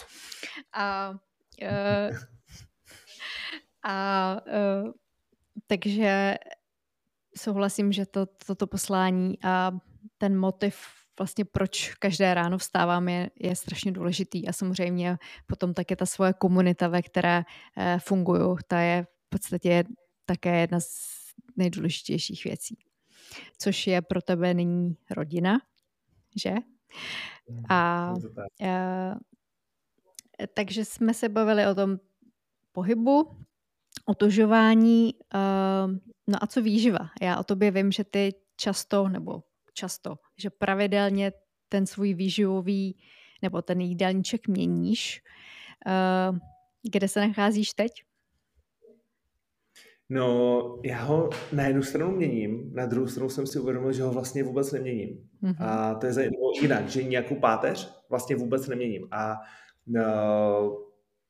Takže souhlasím, že toto poslání a ten motiv vlastně proč každé ráno vstávám je strašně důležitý a samozřejmě potom také ta svoje komunita, ve které funguju, ta je v podstatě také jedna z nejdůležitějších věcí. Což je pro tebe nyní rodina, že? Takže jsme se bavili o tom pohybu, otužování, no a co výživa? Já o tobě vím, že ty často, že pravidelně ten svůj výživový nebo ten jídelníček měníš. Kde se nacházíš teď? No, já ho na jednu stranu měním, na druhou stranu jsem si uvědomil, že ho vlastně vůbec neměním. Mhm. A to je jinak, že nějakou páteř vlastně vůbec neměním. A no,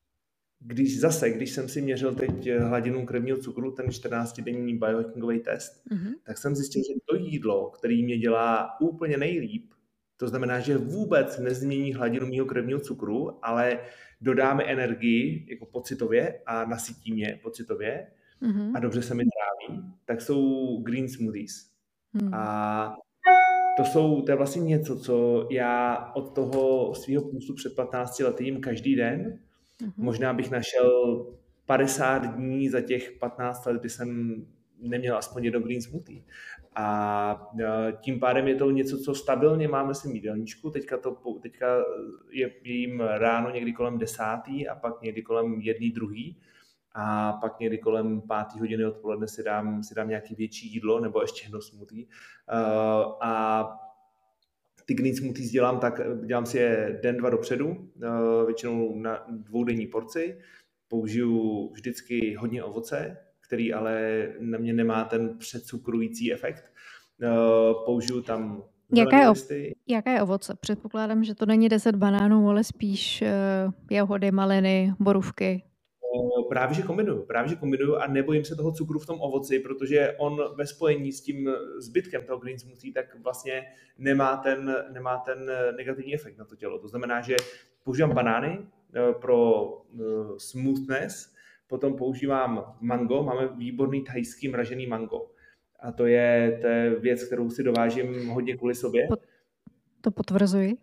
když jsem si měřil teď hladinu krevního cukru, ten 14-denní biohackingový test, Mhm. tak jsem zjistil, že to jídlo, který mě dělá úplně nejlíp, to znamená, že vůbec nezmění hladinu mého krevního cukru, ale dodá mi energii jako pocitově a nasytí mě pocitově Mhm. a dobře se mi tráví, tak jsou green smoothies. Mhm. A to je vlastně něco, co já od toho svého půstu před 15 lety jím každý den. Mhm. Možná bych našel 50 dní za těch 15 let, kdy jsem neměl aspoň jedno green smoothie. A tím pádem je to něco, co stabilně máme si jídelníčku. Teďka je jím ráno někdy kolem 10. a pak někdy kolem 1. 2. A pak někdy kolem 5. hodiny odpoledne si dám nějaký větší jídlo nebo ještě jedno smoothie. A ty green smoothies dělám si je den, 2 dopředu, většinou na 2denní porci. Použiju vždycky hodně ovoce, který ale na mě nemá ten předcukrující efekt. Použiju tam zelené listy. Jaké je ovoce? Předpokládám, že to není 10 banánů, ale spíš jahody, maliny, borůvky. Právě, že kombinuju a nebojím se toho cukru v tom ovoci, protože on ve spojení s tím zbytkem toho green smoothie tak vlastně nemá ten negativní efekt na to tělo. To znamená, že používám banány pro smoothness, potom používám mango, máme výborný thajský mražený mango. A to je věc, kterou si dovážím hodně kvůli sobě. To potvrzuji.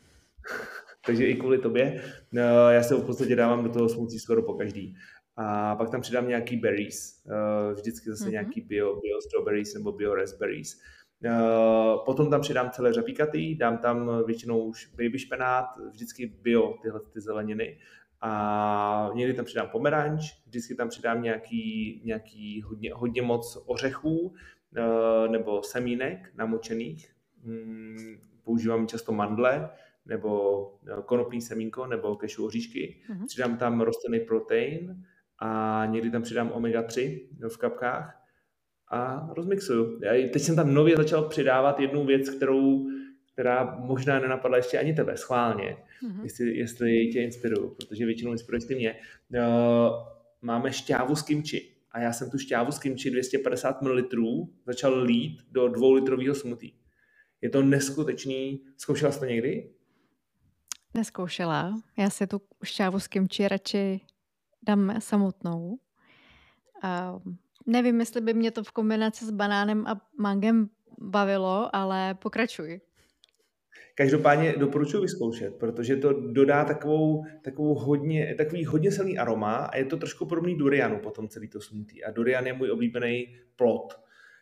Takže i kvůli tobě. Já se v podstatě dávám do toho smoothie skoro po každý. A pak tam přidám nějaký berries. Vždycky zase nějaký bio strawberries nebo bio raspberries. Potom tam přidám celé řapíkatý, dám tam většinou už baby špenát, vždycky bio tyhle ty zeleniny. A někdy tam přidám pomeranč, vždycky tam přidám nějaký hodně moc ořechů nebo semínek namočených. Používám často mandle, nebo konopný semínko, nebo cashew oříšky. Přidám tam rostlinný protein a někdy tam přidám omega-3 v kapkách a rozmixuju. Teď jsem tam nově začal přidávat jednu věc, která možná nenapadla ještě ani tebe, schválně, jestli tě inspiruju, protože většinou inspiruješ ty mě. Máme šťávu z kimchi a já jsem tu šťávu z kimchi 250 ml začal lít do 2litrového smoothie. Je to neskutečný. Zkoušela jsi to někdy? Neskoušela. Já si tu šťávu s kimchi radši dám samotnou. Nevím, jestli by mě to v kombinaci s banánem a mangem bavilo, ale pokračuj. Každopádně doporučuji vyzkoušet, protože to dodá takový hodně silný aroma a je to trošku podobný durianu potom celý to smoothie. A durian je můj oblíbený plod.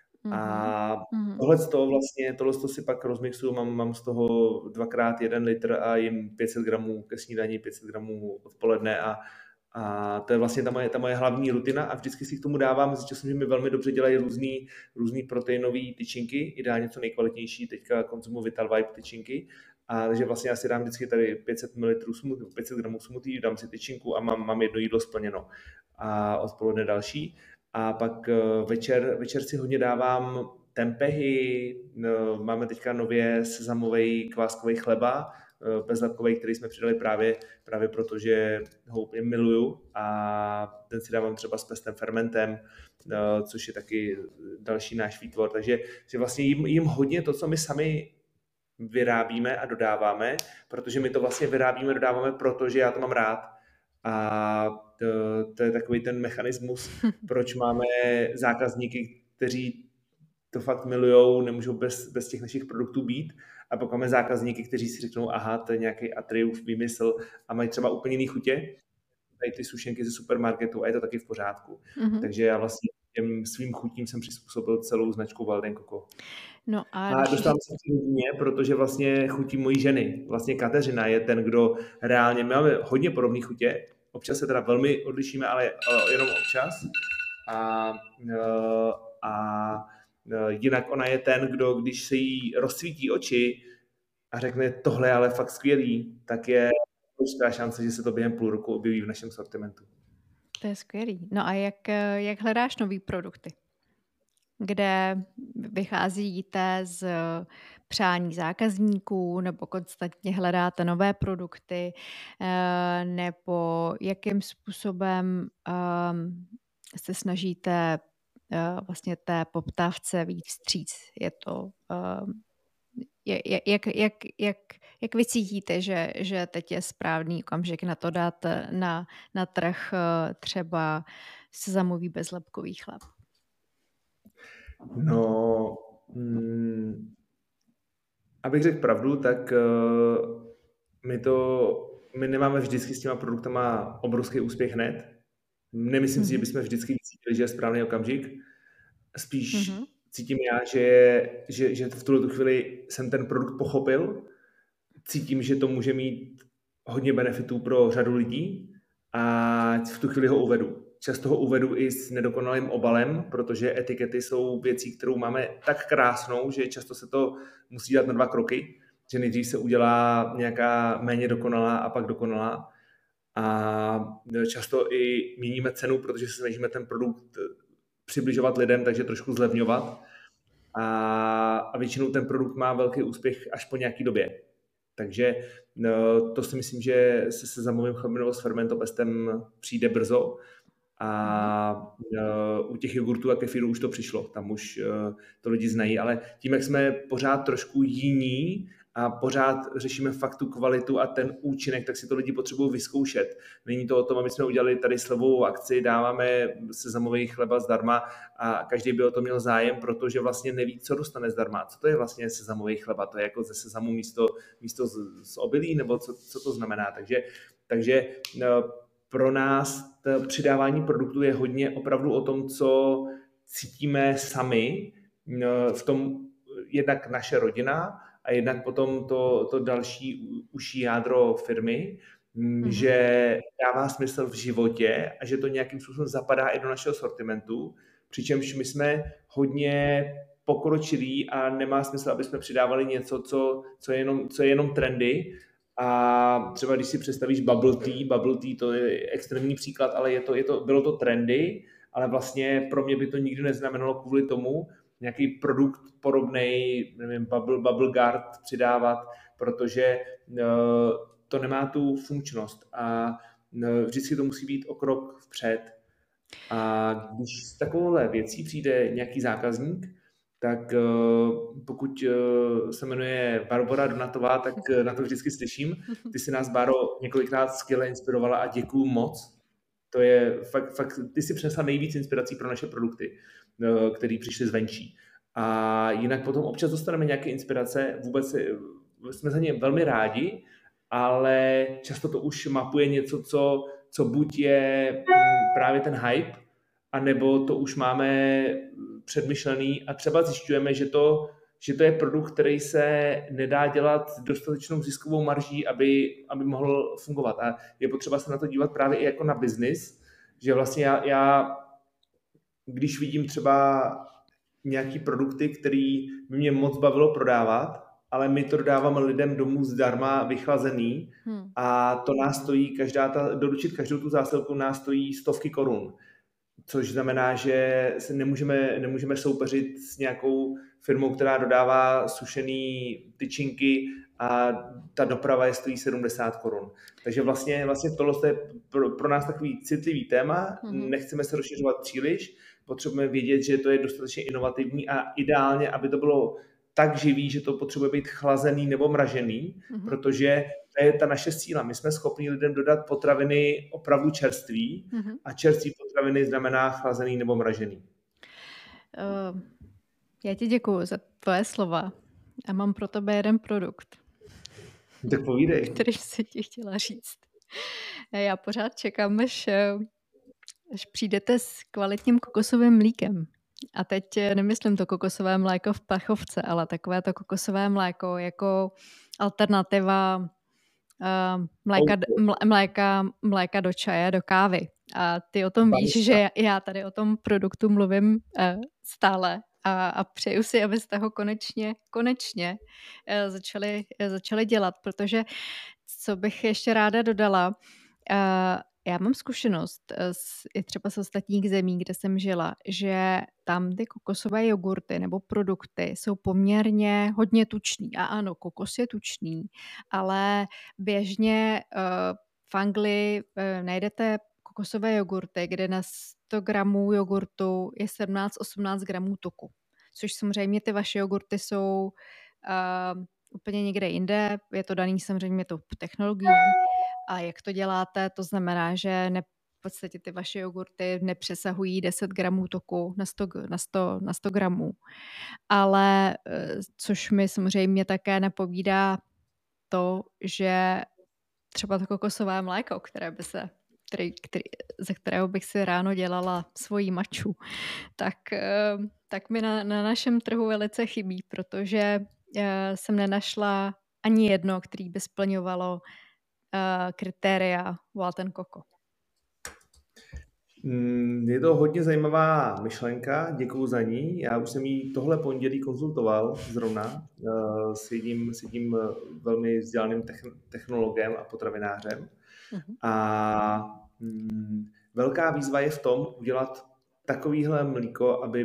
A tohle si pak rozmixuju, mám z toho 2x1 litr a jim 500 gramů ke snídani, 500 gramů odpoledne a to je vlastně ta moje hlavní rutina a vždycky si k tomu dávám, zjistil jsem, že mi velmi dobře dělají různý proteinové tyčinky, ideálně co nejkvalitnější, teďka konzumuji Vital Vibe tyčinky, a takže vlastně já si dám vždycky tady 500 ml smoothie, 500 gramů smoothie, dám si tyčinku a mám jedno jídlo splněno a odpoledne další. A pak večer si hodně dávám tempehy, máme teďka nově sezamový kváskový chleba, bezlepkový, který jsme přidali právě proto, že ho úplně miluju a ten si dávám třeba s pestým fermentem, což je taky další náš výtvor. Takže že vlastně jím hodně to, co my sami vyrábíme a dodáváme, protože my to vlastně vyrábíme, dodáváme, protože já to mám rád. A to je takový ten mechanismus, proč máme zákazníky, kteří to fakt milujou, nemůžou bez těch našich produktů být. A pak máme zákazníky, kteří si řeknou, aha, to je nějaký Atriův výmysl a mají třeba úplně jiný chutě. Tady ty sušenky ze supermarketu a je to taky v pořádku. Takže já vlastně těm svým chutím jsem přizpůsobil celou značku Walden Coco. No a dostávám se k mě, protože vlastně chutí mojí ženy. Vlastně Kateřina je ten, kdo reálně, my máme hodně podobné chutě, občas se teda velmi odlišíme, ale jenom občas. A jinak ona je ten, kdo, když se jí rozsvítí oči a řekne, tohle je ale fakt skvělý, tak je určitá šance, že se to během půl roku objeví v našem sortimentu. To je skvělý. No a jak hledáš nový produkty? Kde vycházíte z přání zákazníků nebo konstantně hledáte nové produkty, nebo jakým způsobem se snažíte vlastně té poptávce vyjít vstříc? Je to, jak vy cítíte, že teď je správný okamžik na to dát na trh třeba sezamový bezlepkový chlap? No, abych řekl pravdu, tak my nemáme vždycky s těma produktama obrovský úspěch hned. Nemyslím si, že bychom vždycky cítili, že je správný okamžik. Spíš cítím já, že v tuhle chvíli jsem ten produkt pochopil. Cítím, že to může mít hodně benefitů pro řadu lidí a v tu chvíli ho uvedu. Často ho uvedu i s nedokonalým obalem, protože etikety jsou věcí, kterou máme tak krásnou, že často se to musí dát na 2 kroky, že nejdřív se udělá nějaká méně dokonalá a pak dokonalá. A často i měníme cenu, protože se snažíme ten produkt přibližovat lidem, takže trošku zlevňovat. A většinou ten produkt má velký úspěch až po nějaký době. Takže to si myslím, že se sezamovým chlebem nebo s fermentopestem přijde brzo. A u těch jogurtů a kefíru už to přišlo, tam už to lidi znají, ale tím, jak jsme pořád trošku jiní a pořád řešíme fakt tu kvalitu a ten účinek, tak si to lidi potřebují vyzkoušet. Není to o tom, aby jsme udělali tady slevovou akci, dáváme sezamový chleba zdarma a každý by o to měl zájem, protože vlastně neví, co dostane zdarma. Co to je vlastně sezamový chleba? To je jako ze sezamu místo z obilí, nebo co to znamená? Takže pro nás to přidávání produktů je hodně opravdu o tom, co cítíme sami, v tom jednak naše rodina a jednak potom to další užší jádro firmy, že dává smysl v životě a že to nějakým způsobem zapadá i do našeho sortimentu, přičemž my jsme hodně pokročilí a nemá smysl, aby jsme přidávali něco, co je jenom trendy. A třeba když si představíš bubble tea to je extrémní příklad, ale bylo to trendy, ale vlastně pro mě by to nikdy neznamenalo kvůli tomu nějaký produkt podobnej, nevím, bubble guard přidávat, protože to nemá tu funkčnost a vždycky to musí být o krok vpřed. A když z takovéhle věcí přijde nějaký zákazník, tak pokud se jmenuje Barbora Donatová, tak na to vždycky slyším. Ty si nás, Báro, několikrát skvěle inspirovala a děkuju moc. To je fakt, ty si přinesla nejvíc inspirací pro naše produkty, které přišly zvenčí. A jinak potom občas dostaneme nějaké inspirace, vůbec jsme za ně velmi rádi, ale často to už mapuje něco, co buď je právě ten hype, anebo to už máme předmyšlený a třeba zjišťujeme, že to je produkt, který se nedá dělat dostatečnou ziskovou marží, aby mohl fungovat. A je potřeba se na to dívat právě i jako na biznis, že vlastně já když vidím třeba nějaký produkty, který by mě moc bavilo prodávat, ale my to dodáváme lidem domů zdarma vychlazený a to nás stojí, doručit každou tu zásilku nás stojí 100 korun. Což znamená, že se nemůžeme soupeřit s nějakou firmou, která dodává sušený tyčinky a ta doprava je stojí 70 korun. Takže vlastně tohle je pro nás takový citlivý téma, nechceme se rozšiřovat příliš, potřebujeme vědět, že to je dostatečně inovativní a ideálně, aby to bylo tak živý, že to potřebuje být chlazený nebo mražený, protože to je ta naše síla. My jsme schopni lidem dodat potraviny opravdu čerství a čerství potraviny znamená chlazený nebo mražený. Já ti děkuju za tvoje slova a mám pro tebe jeden produkt. Tak povídej. Který jsem ti chtěla říct. Já pořád čekám, až přijdete s kvalitním kokosovým mlíkem. A teď nemyslím to kokosové mléko v plechovce, ale takové to kokosové mléko jako alternativa mléka do čaje, do kávy. A ty o tom víš, že já tady o tom produktu mluvím stále a přeju si, abyste ho konečně začali dělat, protože co bych ještě ráda dodala, Já mám zkušenost i třeba z ostatních zemí, kde jsem žila, že tam ty kokosové jogurty nebo produkty jsou poměrně hodně tučný. A ano, kokos je tučný, ale běžně v Anglii najdete kokosové jogurty, kde na 100 gramů jogurtu je 17-18 gramů tuku. Což samozřejmě ty vaše jogurty jsou úplně někde jinde. Je to daný samozřejmě tou technologií. A jak to děláte, to znamená, že v podstatě ty vaše jogurty nepřesahují 10 gramů tuku na 100 gramů. Ale což mi samozřejmě také napovídá to, že třeba to kokosové mléko, ze kterého bych si ráno dělala svoji maču, tak mi na našem trhu velice chybí, protože jsem nenašla ani jedno, který by splňovalo kritéria Wild & Coco. Je to hodně zajímavá myšlenka, děkuju za ní. Já už jsem ji tohle pondělí konzultoval zrovna s jedním velmi vzdělaným technologem a potravinářem. A velká výzva je v tom udělat takovýhle mlíko, aby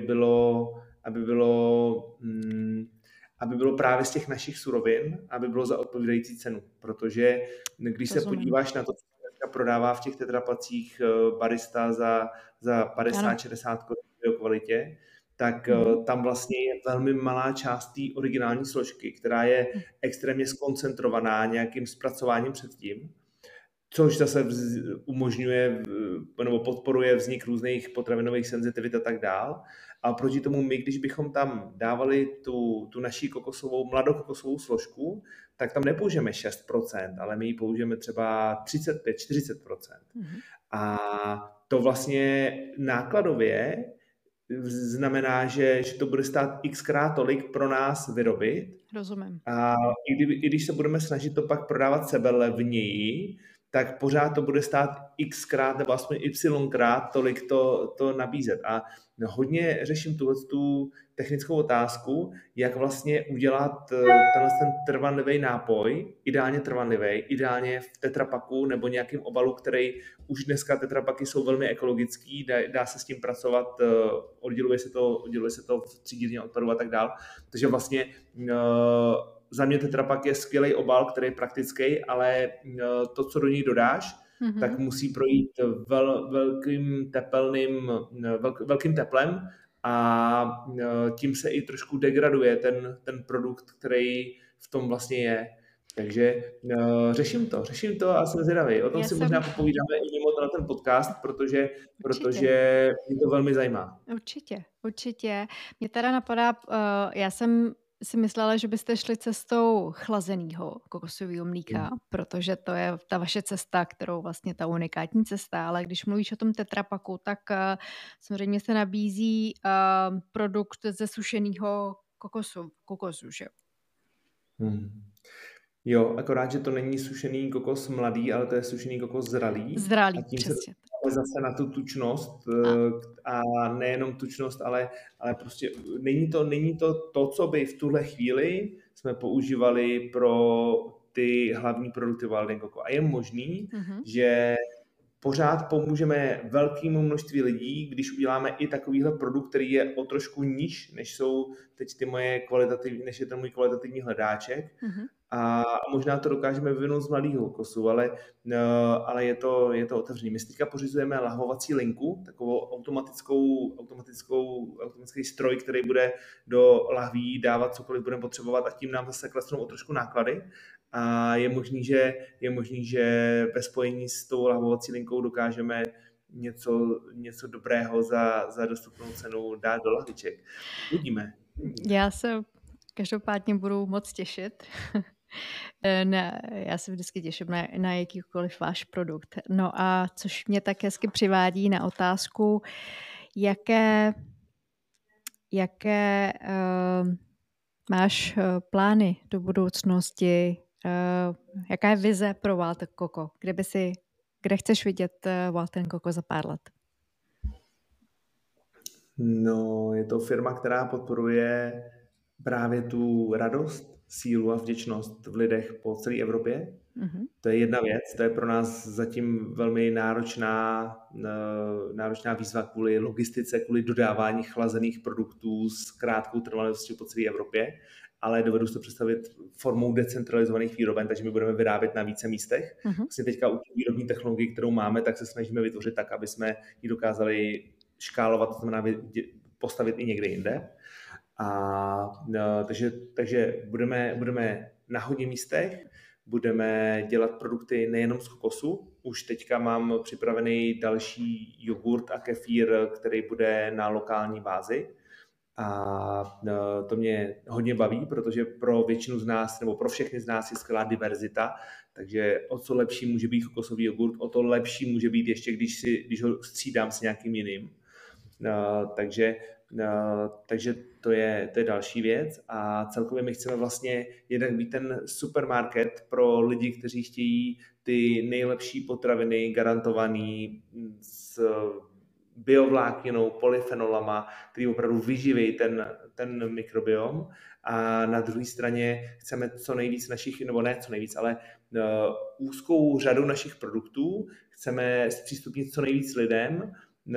bylo právě z těch našich surovin, aby bylo za odpovídající cenu. Protože když se podíváš na to, co dneska prodává v těch tetrapacích barista za 50-60 korun v kvalitě, tak tam vlastně je velmi malá část té originální složky, která je extrémně skoncentrovaná nějakým zpracováním předtím, což zase umožňuje nebo podporuje vznik různých potravinových senzitivit a tak dál. A proti tomu my, když bychom tam dávali tu naší mladokokosovou složku, tak tam nepoužijeme 6%, ale my ji použijeme třeba 35-40%. A to vlastně nákladově znamená, že to bude stát xkrát tolik pro nás vyrobit. Rozumím. A i když se budeme snažit to pak prodávat sebelevněji, tak pořád to bude stát xkrát nebo aspoň ykrát tolik to nabízet. A hodně řeším tu technickou otázku, jak vlastně udělat ten trvanlivý nápoj, ideálně trvanlivý, ideálně v tetrapaku nebo nějakým obalu, který už dneska tetrapaky jsou velmi ekologický, dá se s tím pracovat, odděluje se to v třídírně odpadu a tak dál. Takže vlastně za mě tetrapak je skvělý obal, který je praktický, ale to, co do něj dodáš, tak musí projít velkým teplem a tím se i trošku degraduje ten produkt, který v tom vlastně je. Takže řeším to a jsem zvědavý. O tom si možná popovídáme i mimo ten podcast, protože mě to velmi zajímá. Určitě. Mě teda napadá, já jsem si myslela, že byste šli cestou chlazeného kokosového mlíka, protože to je ta vaše cesta, kterou vlastně ta unikátní cesta, ale když mluvíš o tom tetrapaku, tak samozřejmě se nabízí produkt ze sušeného kokosu, že jo? Jo, akorát, že to není sušený kokos mladý, ale to je sušený kokos zralý. Zralý, a tím přesně. Se zase na tu tučnost a nejenom tučnost, ale prostě není to, co by v tuhle chvíli jsme používali pro ty hlavní produkty Wild & Coco. A je možný, že pořád pomůžeme velkému množství lidí, když uděláme i takovýhle produkt, který je o trošku níž, než jsou teď než je ten můj kvalitativní hledáček. A možná to dokážeme vyvinout z mladého kokosu, ale je to otevřený. My teďka pořizujeme lahvovací linku, takovou automatický stroj, který bude do lahví dávat cokoliv budeme potřebovat a tím nám zase klesnou o trošku náklady. A je možný, že ve spojení s tou lahvovací linkou dokážeme něco dobrého za dostupnou cenu dát do lahviček. Uvidíme. Já se každopádně budu moc těšit. Já se vždycky těším na jakýkoliv váš produkt. No a což mě tak hezky přivádí na otázku, jaké máš plány do budoucnosti, jaká je vize pro Wild & Coco, kde chceš vidět Wild & Coco za pár let? No, je to firma, která podporuje právě tu radost, sílu a vděčnost v lidech po celé Evropě. To je jedna věc, to je pro nás zatím velmi náročná výzva kvůli logistice, kvůli dodávání chlazených produktů s krátkou trvanlivostí po celé Evropě, ale dovedu si to představit formou decentralizovaných výroben, takže my budeme vyrábět na více místech. Vlastně teďka u výrobní technologie, kterou máme, tak se snažíme vytvořit tak, aby jsme ji dokázali škálovat, to znamená postavit i někde jinde. Takže budeme na hodně místech, budeme dělat produkty nejenom z kokosu. Už teďka mám připravený další jogurt a kefír, který bude na lokální bázi. A to mě hodně baví, protože pro většinu z nás, nebo pro všechny z nás je skvělá diverzita, takže o co lepší může být kokosový jogurt, o to lepší může být ještě, když ho střídám s nějakým jiným. Takže to je další věc a celkově my chceme vlastně jednak být ten supermarket pro lidi, kteří chtějí ty nejlepší potraviny garantovaný s biovlákninou, polyfenolama, který opravdu vyživí ten mikrobiom, a na druhé straně chceme co nejvíc našich, nebo ne co nejvíc, ale úzkou řadu našich produktů chceme zpřístupnit co nejvíc lidem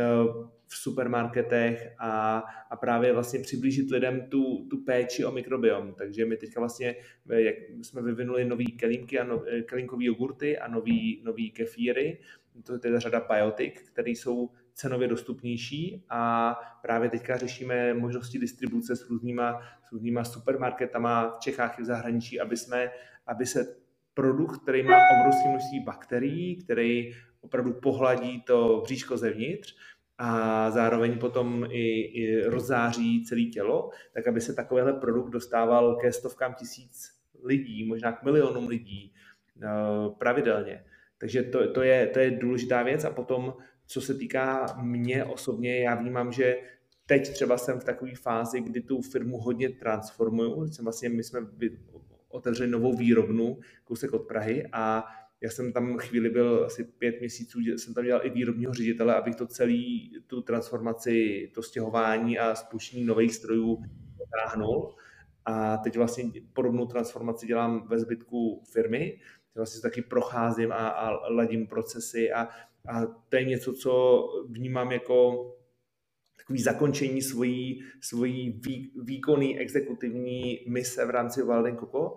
v supermarketech a právě vlastně přiblížit lidem tu péči o mikrobiom. Takže my teďka vlastně, jak jsme vyvinuli nový kelímky a kelímkový jogurty a nový kefíry, to je teda řada Biotic, které jsou cenově dostupnější a právě teďka řešíme možnosti distribuce s různýma supermarketama v Čechách i v zahraničí, aby se produkt, který má obrovské množství bakterií, který opravdu pohladí to bříško zevnitř a zároveň potom i rozzáří celé tělo, tak aby se takovýhle produkt dostával ke stovkám tisíc lidí, možná k milionům lidí pravidelně. Takže to je důležitá věc. A potom, co se týká mě osobně, já vnímám, že teď třeba jsem v takové fázi, kdy tu firmu hodně transformuju. My jsme otevřeli novou výrobnu, kousek od Prahy, a já jsem tam chvíli byl asi 5 měsíců, jsem tam dělal i výrobního ředitele, abych to tu transformaci, to stěhování a spuštění nových strojů dotáhnul. A teď vlastně podobnou transformaci dělám ve zbytku firmy. Vlastně taky procházím a ladím procesy a to je něco, co vnímám jako takový zakončení svojí výkonný exekutivní mise v rámci Wild & Coco.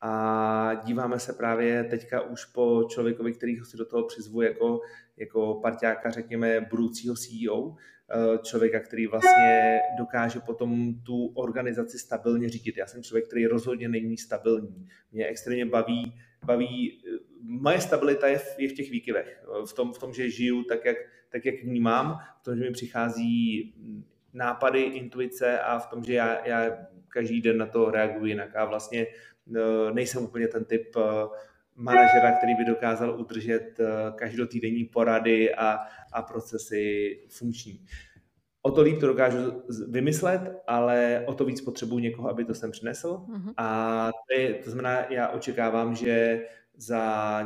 A díváme se právě teďka už po člověkovi, kterýho si do toho přizvu jako parťáka, řekněme, budoucího CEO, člověka, který vlastně dokáže potom tu organizaci stabilně řídit. Já jsem člověk, který rozhodně není stabilní. Mě extrémně baví moje stabilita je v těch výkyvech, v tom, že žiju tak, jak vnímám, v tom, že mi přichází nápady, intuice a v tom, že já každý den na to reaguji jinak a vlastně nejsem úplně ten typ manažera, který by dokázal udržet každotýdenní porady a procesy funkční. O to líp to dokážu vymyslet, ale o to víc potřebuji někoho, aby to sem přinesl. A to znamená, já očekávám, že za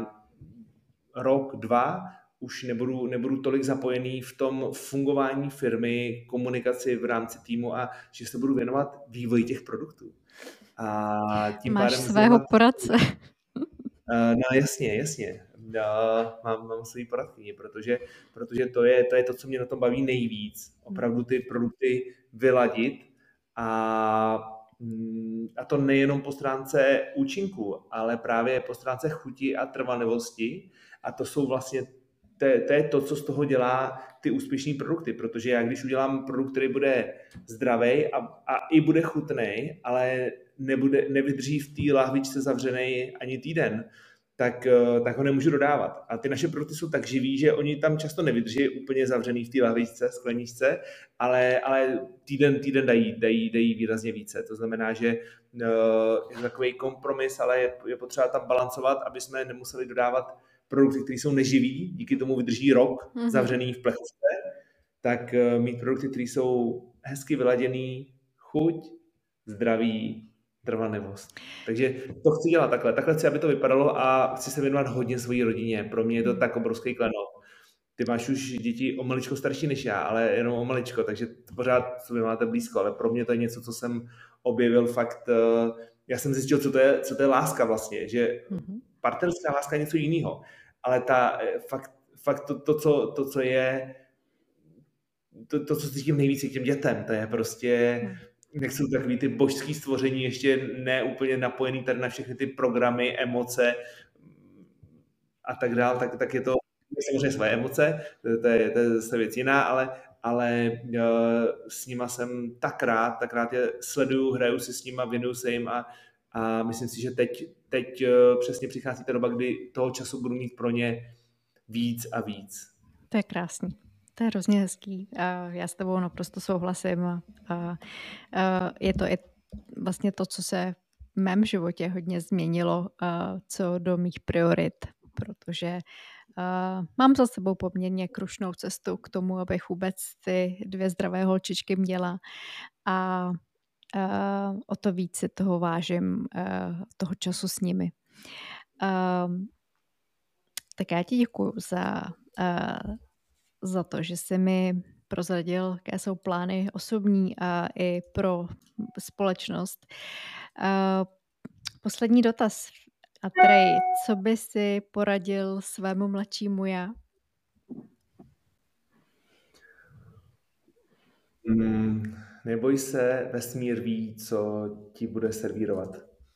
rok, 2 už nebudu tolik zapojený v tom fungování firmy, komunikaci v rámci týmu a že se budu věnovat vývoji těch produktů. A tím Máš pádem svého poradce. No jasně. Mám svý poradkyni, protože to je to, co mě na tom baví nejvíc. Opravdu ty produkty vyladit a to nejenom po stránce účinku, ale právě po stránce chuti a trvanlivosti. A to jsou vlastně to je to, co z toho dělá ty úspěšné produkty, protože já když udělám produkt, který bude zdravý a i bude chutnej, ale nevydrží v té lahvičce zavřenej ani týden, tak ho nemůžu dodávat. A ty naše produkty jsou tak živý, že oni tam často nevydrží úplně zavřený v té lahvičce, skleničce, ale týden dají výrazně více. To znamená, že je to takový kompromis, ale je potřeba tam balancovat, aby jsme nemuseli dodávat produkty, které jsou neživý, díky tomu vydrží rok zavřený v plechovce, tak mít produkty, které jsou hezky vyladěný, chuť, zdraví, trvanlivost. Takže to chci dělat takhle. Takhle chci, aby to vypadalo a chci se věnovat hodně svojí rodině. Pro mě je to tak obrovský klenot. Ty máš už děti o maličko starší než já, ale jenom o maličko, takže pořád sobě máte blízko, ale pro mě to je něco, co jsem objevil fakt. Já jsem zjistil, co to je láska vlastně, že partnerská láska je něco jiného, ale fakt to, co je, to, co cítím nejvíc k těm dětem, to je prostě, jak jsou takový ty božský stvoření, ještě ne úplně napojený tady na všechny ty programy, emoce a tak dál, tak je to samozřejmě své emoce, to je zase věc jiná, ale s nima jsem tak rád je sleduju, hraju si s nima, věnuju se jim a myslím si, že teď přesně přichází ta doba, kdy toho času budu mít pro ně víc a víc. To je krásný. To je hrozně hezký. Já s tebou naprosto souhlasím. Je to i vlastně to, co se v mém životě hodně změnilo, co do mých priorit, protože mám za sebou poměrně krušnou cestu k tomu, abych vůbec ty 2 zdravé holčičky měla a o to víc si toho vážím, toho času s nimi. Tak já ti děkuju za to, že jsi mi prozradil, jaké jsou plány osobní a i pro společnost. Poslední dotaz. A Trej, co by si poradil svému mladšímu já? Neboj se, vesmír ví, co ti bude servírovat.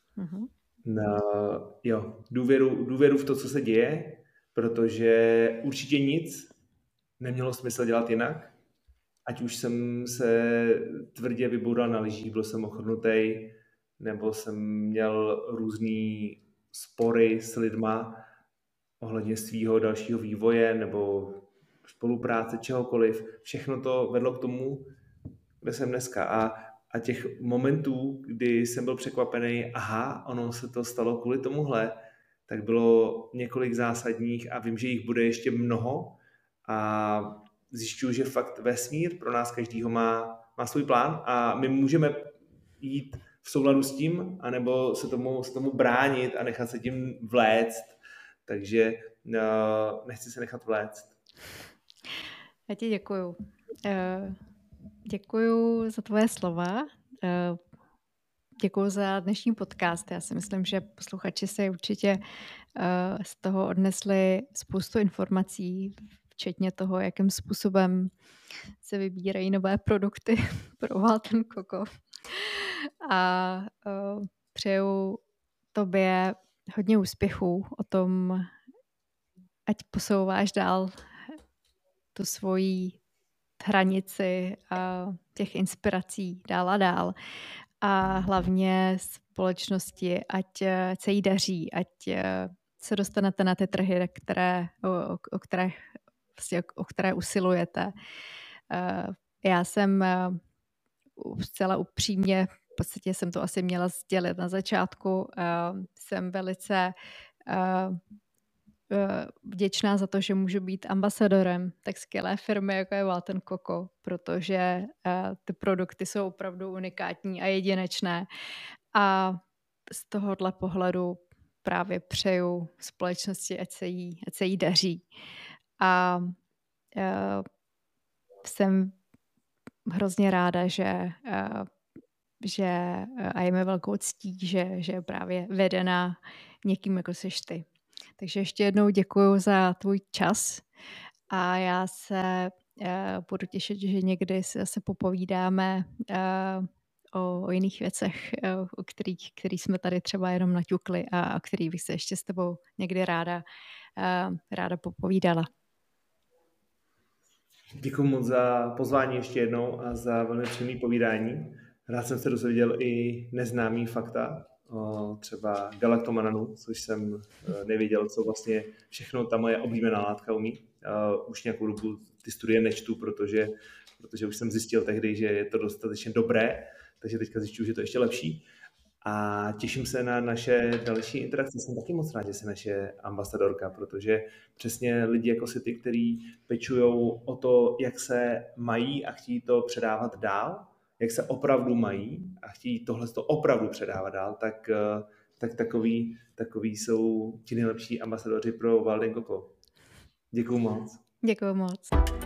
Důvěru v to, co se děje, protože určitě nic nemělo smysl dělat jinak. Ať už jsem se tvrdě vyboural na lyžích, byl jsem ochrnutý, nebo jsem měl různý spory s lidma ohledně svého dalšího vývoje nebo spolupráce, čehokoliv. Všechno to vedlo k tomu, kde jsem dneska. A těch momentů, kdy jsem byl překvapený, ono se to stalo kvůli tomuhle, tak bylo několik zásadních a vím, že jich bude ještě mnoho a zjišťuju, že fakt vesmír pro nás každýho má svůj plán a my můžeme jít v souladu s tím, anebo se tomu bránit a nechat se tím vléct. Takže nechci se nechat vléct. Já ti děkuju. Děkuju za tvoje slova. Děkuju za dnešní podcast. Já si myslím, že posluchači se určitě z toho odnesli spoustu informací, včetně toho, jakým způsobem se vybírají nové produkty pro Wild & Coco. A přeju tobě hodně úspěchů o tom, ať posouváš dál tu svoji hranici těch inspirací dál a dál. A hlavně společnosti, ať se jí daří, ať se dostanete na ty trhy, o které usilujete. Já jsem zcela upřímně, v podstatě jsem to asi měla sdělit na začátku, jsem velice vděčná za to, že můžu být ambasadorem tak skvělé firmy, jako je Wild & Coco, protože ty produkty jsou opravdu unikátní a jedinečné. A z tohohle pohledu právě přeju společnosti, ať se jí daří. A jsem hrozně ráda, že a je mi velkou ctí, že je právě vedená někým, jako seš ty. Takže ještě jednou děkuju za tvůj čas a já se budu těšit, že někdy se popovídáme o jiných věcech, o kterých jsme tady třeba jenom naťukli a o kterých bych se ještě s tebou někdy ráda popovídala. Děkuji moc za pozvání ještě jednou a za velmi příjemné povídání. Rád jsem se dozvěděl i neznámý fakta, třeba galaktomananu, což jsem nevěděl, co vlastně všechno ta moje oblíbená látka umí. Už nějakou dobu ty studie nečtu, protože už jsem zjistil tehdy, že je to dostatečně dobré, takže teďka zjišťuju, že to je ještě lepší. A těším se na naše další interakce. Jsem taky moc rád, že jsi naše ambasadorka, protože přesně lidi jako si ty, kteří pečujou o to, jak se mají a chtějí to předávat dál, jak se opravdu mají a chtějí tohle opravdu předávat dál, tak takový jsou ti nejlepší ambasadoři pro Wild & Coco. Děkuju moc. Děkuju moc.